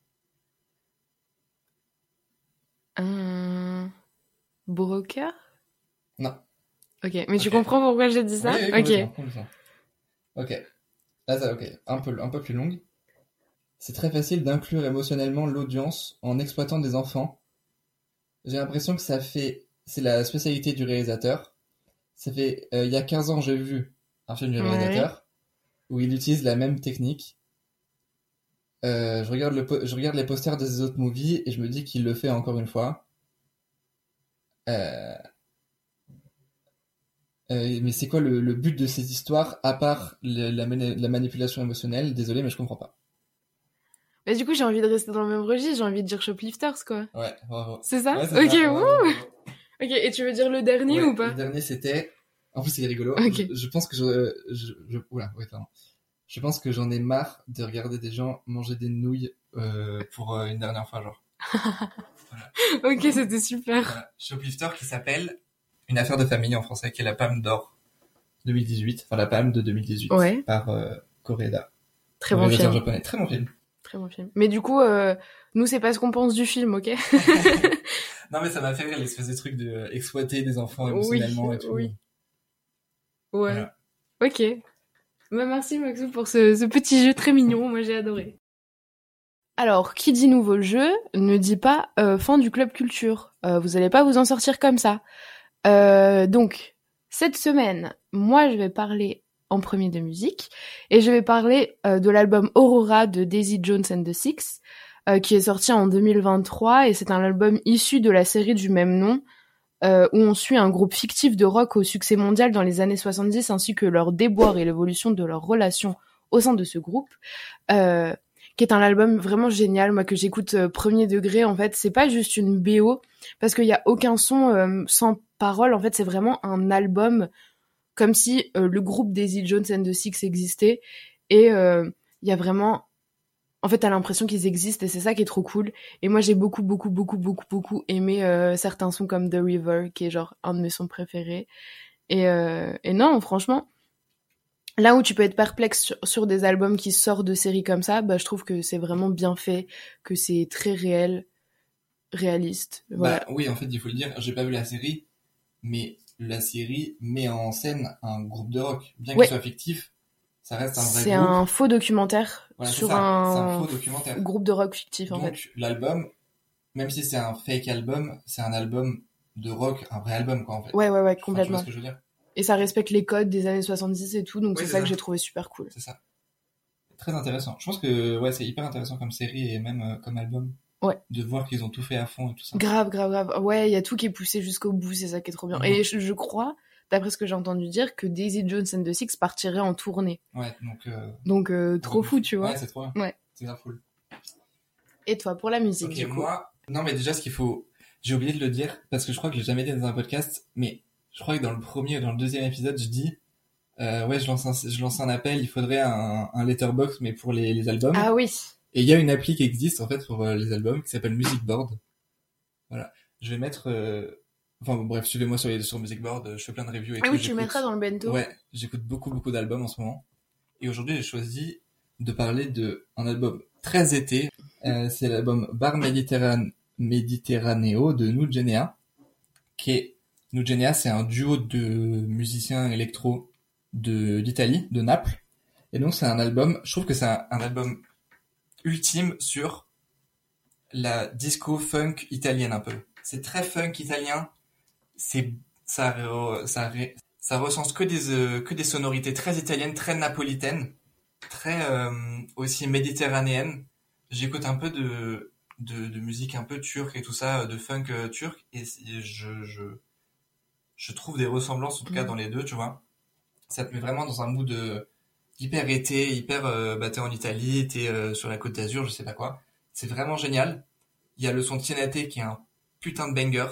Un... Broker? Non. Ok, mais tu Ok. comprends pourquoi j'ai dit ça? Oui, oui, Ok. complètement, complètement. Ok. Là, ça, ok. Un peu, un peu plus longue. C'est très facile d'inclure émotionnellement l'audience en exploitant des enfants. J'ai l'impression que ça fait, c'est la spécialité du réalisateur. Ça fait, euh, il y a quinze ans, j'ai vu un film du Ouais. réalisateur où il utilise la même technique. Euh, je regarde le, po- je regarde les posters des autres movies et je me dis qu'il le fait encore une fois. Euh, euh, mais c'est quoi le, le but de ces histoires à part le- la, mani- la manipulation émotionnelle? Désolé, mais je comprends pas. Mais du coup, j'ai envie de rester dans le même registre, j'ai envie de dire Shoplifters, quoi. Ouais, bravo. C'est ça? Ouais, c'est Ok, ça, wouh. bravo, bravo. Ok, et tu veux dire le dernier Ouais, ou pas? Le dernier, c'était... En plus, c'est rigolo. Ok. Je, je pense que je... je, je... Oula, ouais, pardon. Je pense que j'en ai marre de regarder des gens manger des nouilles euh, pour euh, une dernière fois, genre. Ok, c'était super. Voilà. Shoplifter qui s'appelle Une affaire de famille en français, qui est la Palme d'Or deux mille dix-huit, enfin la Palme de deux mille dix-huit, Ouais. par euh, Koreeda. Très bon réalisateur film. japonais. Très bon film. Très bon film. Mais du coup, euh, nous, c'est pas ce qu'on pense du film, ok? Non, mais ça m'a fait rire, l'espèce de truc de euh, exploiter des enfants émotionnellement Oui, et tout. oui. Ouais. Voilà. Ok. Bah, merci Maxou pour ce, ce petit jeu très mignon, moi j'ai adoré. Alors, qui dit nouveau jeu ne dit pas euh, fin du club culture. Euh, vous allez pas vous en sortir comme ça. Euh, donc, cette semaine, moi je vais parler en premier de musique et je vais parler euh, de l'album Aurora de Daisy Jones and the Six euh, qui est sorti en deux mille vingt-trois et c'est un album issu de la série du même nom euh, où on suit un groupe fictif de rock au succès mondial dans les années soixante-dix ainsi que leur déboire et l'évolution de leurs relations au sein de ce groupe. Euh, qui est un album vraiment génial, moi que j'écoute euh, premier degré. En fait, c'est pas juste une B O parce qu'il y a aucun son euh, sans parole. En fait, c'est vraiment un album comme si euh, le groupe Daisy Jones and the Six existait et il euh, y a vraiment, en fait, t'as l'impression qu'ils existent et c'est ça qui est trop cool. Et moi, j'ai beaucoup, beaucoup, beaucoup, beaucoup, beaucoup aimé euh, certains sons comme The River, qui est genre un de mes sons préférés. Et, euh, et non, franchement. Là où tu peux être perplexe sur, sur des albums qui sortent de séries comme ça, bah je trouve que c'est vraiment bien fait, que c'est très réel, réaliste. Voilà. Bah oui, en fait, il faut le dire, j'ai pas vu la série, mais la série met en scène un groupe de rock. Bien Ouais. qu'il soit fictif, ça reste un vrai C'est groupe. un faux documentaire Voilà, sur c'est ça, un... c'est un faux documentaire. groupe de rock fictif en Donc, fait. l'album, même si c'est un fake album, c'est un album de rock, un vrai album quoi en fait. Ouais, ouais, ouais, Enfin, tu complètement. vois ce que je veux dire? Et ça respecte les codes des années soixante-dix et tout, donc Oui, c'est c'est ça, ça. que j'ai trouvé super cool. C'est ça. Très intéressant. Je pense que ouais, c'est hyper intéressant comme série et même euh, comme album. Ouais. De voir qu'ils ont tout fait à fond et tout ça. Grave, grave, grave. Ouais, il y a tout qui est poussé jusqu'au bout, c'est ça qui est trop bien. Mhm. Et je, je crois, d'après ce que j'ai entendu dire, que Daisy Jones and the Six partirait en tournée. Ouais, donc... Euh... Donc euh, trop fou, tu vois. Ouais, c'est trop bien. Ouais. C'est bien cool. Et toi, pour la musique, Ok, du coup. moi... Non, mais déjà, ce qu'il faut... J'ai oublié de le dire, parce que je crois que je l'ai jamais dit dans un podcast, mais je crois que dans le premier ou dans le deuxième épisode, je dis... Euh, ouais, je lance, un, je lance un appel, il faudrait un, un letterbox, mais pour les, les albums. Ah oui. Et il y a une appli qui existe, en fait, pour euh, les albums, qui s'appelle Music Board. Voilà. Je vais mettre... Euh... Enfin, bon, bref, suivez-moi sur, les, sur Music Board, je fais plein de reviews et ah tout. oui, tu j'écoute... le mettras dans le bento. Ouais, j'écoute beaucoup, beaucoup d'albums en ce moment. Et aujourd'hui, j'ai choisi de parler de un album très été. Euh, c'est l'album Bar Méditerrane... Méditerranéo de Nugenea, qui est... Nugenea, c'est un duo de musiciens électro de d'Italie, de Naples. Et donc, c'est un album... Je trouve que c'est un, un album ultime sur la disco funk italienne, un peu. C'est très funk italien. C'est... Ça... ça Ça recense que des euh, que des sonorités très italiennes, très napolitaines, très euh, aussi méditerranéennes. J'écoute un peu de, de de musique un peu turque et tout ça, de funk euh, turc, et je je je trouve des ressemblances en tout cas dans les deux, tu vois. Ça te met vraiment dans un mood euh, hyper été, hyper euh, bah t'es en Italie, t'es euh, sur la Côte d'Azur, je sais pas quoi. C'est vraiment génial. Il y a le son Tienate qui est un putain de banger.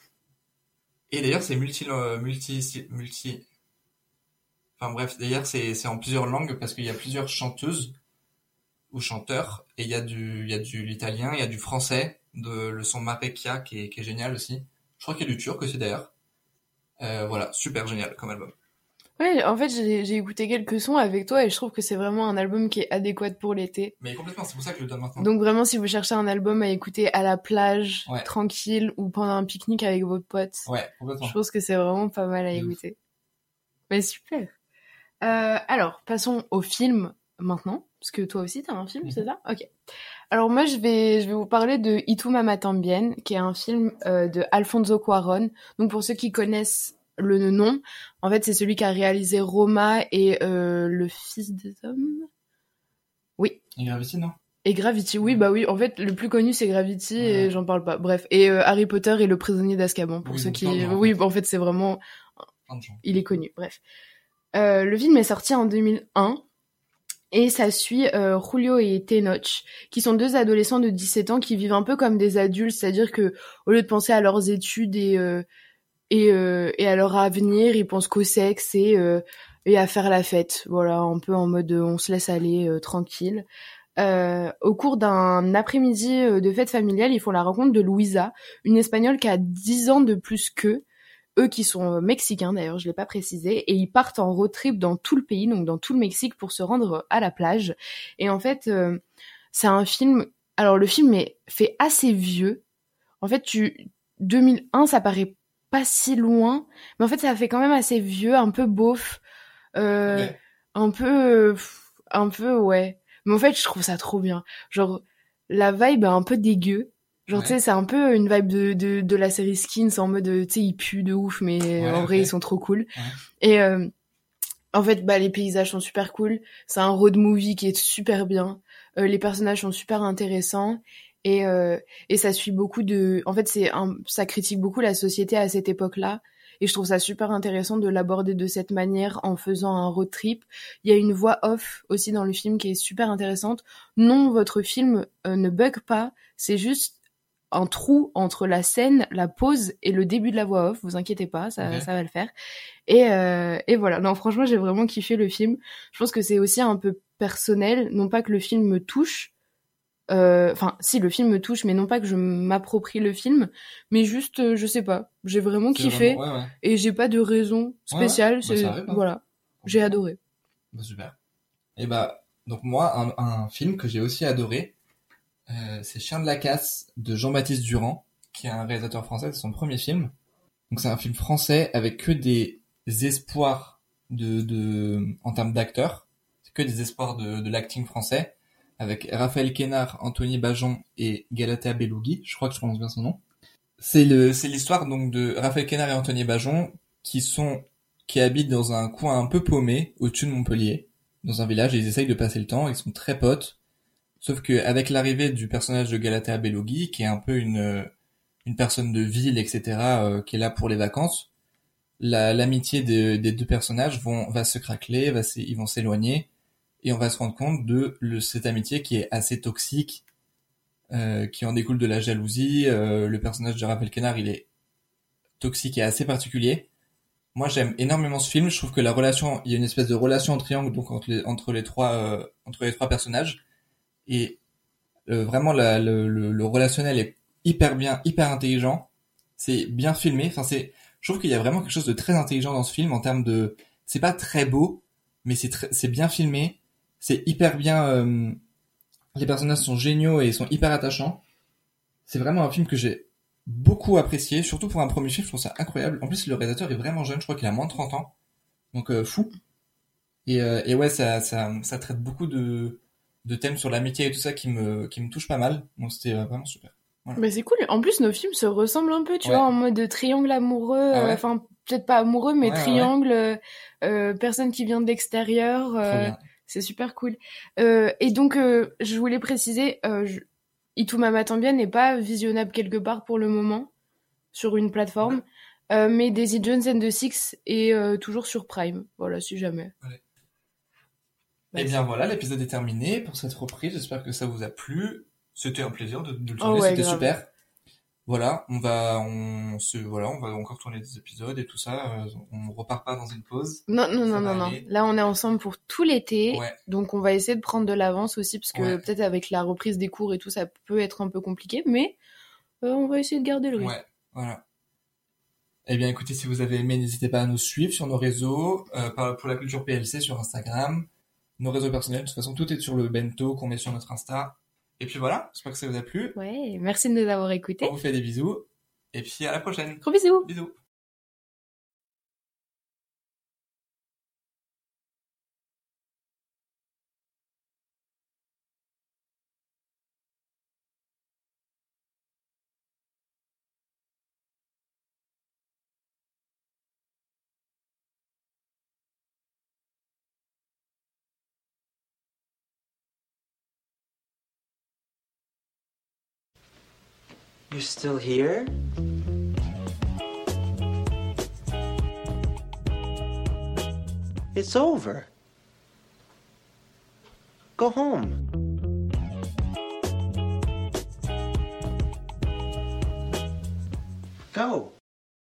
Et d'ailleurs, c'est multi, multi, multi. Enfin bref, d'ailleurs, c'est c'est en plusieurs langues parce qu'il y a plusieurs chanteuses ou chanteurs et il y a du, il y a du l'italien, il y a du français, de le son Marecchia qui est qui est génial aussi. Je crois qu'il y a du turc aussi d'ailleurs. Euh, voilà, super génial comme album. Ouais, en fait, j'ai, j'ai écouté quelques sons avec toi et je trouve que c'est vraiment un album qui est adéquat pour l'été. Mais complètement, c'est pour ça que je le donne maintenant. Donc vraiment, si vous cherchez un album à écouter à la plage, ouais. tranquille, ou pendant un pique-nique avec vos potes, ouais, complètement. Je pense que c'est vraiment pas mal à écouter. Mais super. Euh, alors, passons au film maintenant, parce que toi aussi t'as un film, mm-hmm. c'est ça ? Ok. Alors moi, je vais, je vais vous parler de Y tu mamá también, qui est un film euh, de Alfonso Cuarón. Donc pour ceux qui connaissent le nom, en fait, c'est celui qui a réalisé Roma et euh, Le Fils des Hommes. Oui. Et Gravity, non ? Et Gravity, oui, bah oui. En fait, le plus connu, c'est Gravity ouais. et j'en parle pas. Bref. Et euh, Harry Potter et le prisonnier d'Azkaban, pour oui, ceux qui... Gens, oui, en fait. en fait, c'est vraiment... Il est connu, bref. Euh, le film est sorti en deux mille un et ça suit euh, Julio et Tenoch, qui sont deux adolescents de dix-sept ans qui vivent un peu comme des adultes, c'est-à-dire que au lieu de penser à leurs études et... Euh, Et, euh, et à leur avenir, ils pensent qu'au sexe et, euh, et à faire la fête. Voilà, un peu en mode euh, on se laisse aller euh, tranquille. Euh, au cours d'un après-midi euh, de fête familiale, ils font la rencontre de Louisa, une Espagnole qui a dix ans de plus qu'eux. eux qui sont mexicains d'ailleurs, je l'ai pas précisé, et ils partent en road trip dans tout le pays, donc dans tout le Mexique pour se rendre à la plage. Et en fait, euh, c'est un film. Alors le film est fait assez vieux. En fait, tu deux mille un, ça paraît pas si loin, mais en fait, ça fait quand même assez vieux, un peu beauf, euh, Ouais. un peu, un peu ouais. Mais en fait, je trouve ça trop bien. Genre la vibe est un peu dégueu. Genre, Ouais. tu sais, c'est un peu une vibe de, de, de la série Skins, en mode, tu sais, ils puent de ouf, mais Ouais, en vrai, ok. ils sont trop cool. Ouais. Et euh, en fait, bah, les paysages sont super cool. C'est un road movie qui est super bien. Euh, les personnages sont super intéressants. Et, euh, et ça suit beaucoup de... En fait, c'est un... ça critique beaucoup la société à cette époque-là. Et je trouve ça super intéressant de l'aborder de cette manière en faisant un road trip. Il y a une voix off aussi dans le film qui est super intéressante. Non, votre film euh, ne bug pas. C'est juste un trou entre la scène, la pause et le début de la voix off. Vous inquiétez pas, ça, Ok. ça va le faire. Et, euh, et voilà. Non, franchement, j'ai vraiment kiffé le film. Je pense que c'est aussi un peu personnel. Non pas que le film me touche. Enfin, euh, si, le film me touche, mais non pas que je m'approprie le film. Mais juste, euh, je sais pas. J'ai vraiment C'est kiffé. vraiment- ouais, ouais. Et j'ai pas de raison spéciale. Ouais, ouais. Bah, c'est... ça arrive, hein. Voilà. J'ai adoré. Bah, super. Et bah, donc moi, un, un film que j'ai aussi adoré, euh, c'est Chien de la casse de Jean-Baptiste Durand, qui est un réalisateur français, c'est son premier film. Donc c'est un film français avec que des espoirs de, de, en termes d'acteurs. C'est que des espoirs de, de l'acting français, avec Raphaël Quénard, Anthony Bajon et Galatea Belougui, je crois que je prononce bien son nom. C'est le, c'est l'histoire donc de Raphaël Quénard et Anthony Bajon, qui sont, qui habitent dans un coin un peu paumé, au-dessus de Montpellier, dans un village, et ils essayent de passer le temps, ils sont très potes. Sauf que avec l'arrivée du personnage de Galatea Belougui, qui est un peu une, une personne de ville, et cetera, euh, qui est là pour les vacances, la, l'amitié de, des deux personnages vont, va se craqueler, va s- ils vont s'éloigner, et on va se rendre compte de le, cette amitié qui est assez toxique, euh, qui en découle de la jalousie. Euh, le personnage de Raphaël Quénard, il est toxique et assez particulier. Moi, j'aime énormément ce film. Je trouve que la relation, il y a une espèce de relation en triangle donc entre les entre les trois euh, entre les trois personnages, et euh, vraiment la, le, le, le relationnel est hyper bien, hyper intelligent. C'est bien filmé. Enfin, c'est, je trouve qu'il y a vraiment quelque chose de très intelligent dans ce film en termes de, c'est pas très beau, mais c'est très, c'est bien filmé. C'est hyper bien. Euh, les personnages sont géniaux et sont hyper attachants. C'est vraiment un film que j'ai beaucoup apprécié, surtout pour un premier film, je trouve ça incroyable. En plus, le réalisateur est vraiment jeune, je crois qu'il a moins de trente ans, donc euh, fou. Et, euh, et ouais, ça, ça, ça traite beaucoup de, de thèmes sur l'amitié et tout ça qui me, qui me touche pas mal, donc c'était euh, vraiment super. Voilà. Bah c'est cool. En plus, nos films se ressemblent un peu, tu Ouais. vois, en mode triangle amoureux. Ah ouais. Enfin, euh, peut-être pas amoureux, mais Ouais, ouais, triangle, euh, euh, personne qui vient de l'extérieur. Trop euh, bien. c'est super cool. Euh, et donc, euh, je voulais préciser, euh, je... Itumama Tambien n'est pas visionnable quelque part pour le moment sur une plateforme, euh, mais Daisy Jones and the Six est euh, toujours sur Prime. Voilà, si jamais. Ouais. Bah, Et bien voilà, l'épisode est terminé pour cette reprise. J'espère que ça vous a plu. C'était un plaisir de, de le Oh tourner, ouais, c'était grave. super. Voilà, on va, on se, voilà, on va encore tourner des épisodes et tout ça. euh, On repart pas dans une pause. Non, non, Ça non, va non, non. aller. Là, on est ensemble pour tout l'été. Ouais. Donc, on va essayer de prendre de l'avance aussi, parce que Ouais. peut-être avec la reprise des cours et tout, ça peut être un peu compliqué, mais euh, on va essayer de garder le rythme. Ouais, voilà. Eh bien, écoutez, si vous avez aimé, n'hésitez pas à nous suivre sur nos réseaux, euh, par- pour la culture P L C sur Instagram, nos réseaux personnels. De toute façon, tout est sur le bento qu'on met sur notre Insta. Et puis voilà, j'espère que ça vous a plu. Ouais, merci de nous avoir écoutés. On vous fait des bisous. Et puis à la prochaine. Gros bisous. Bisous. You're still here? It's over. Go home.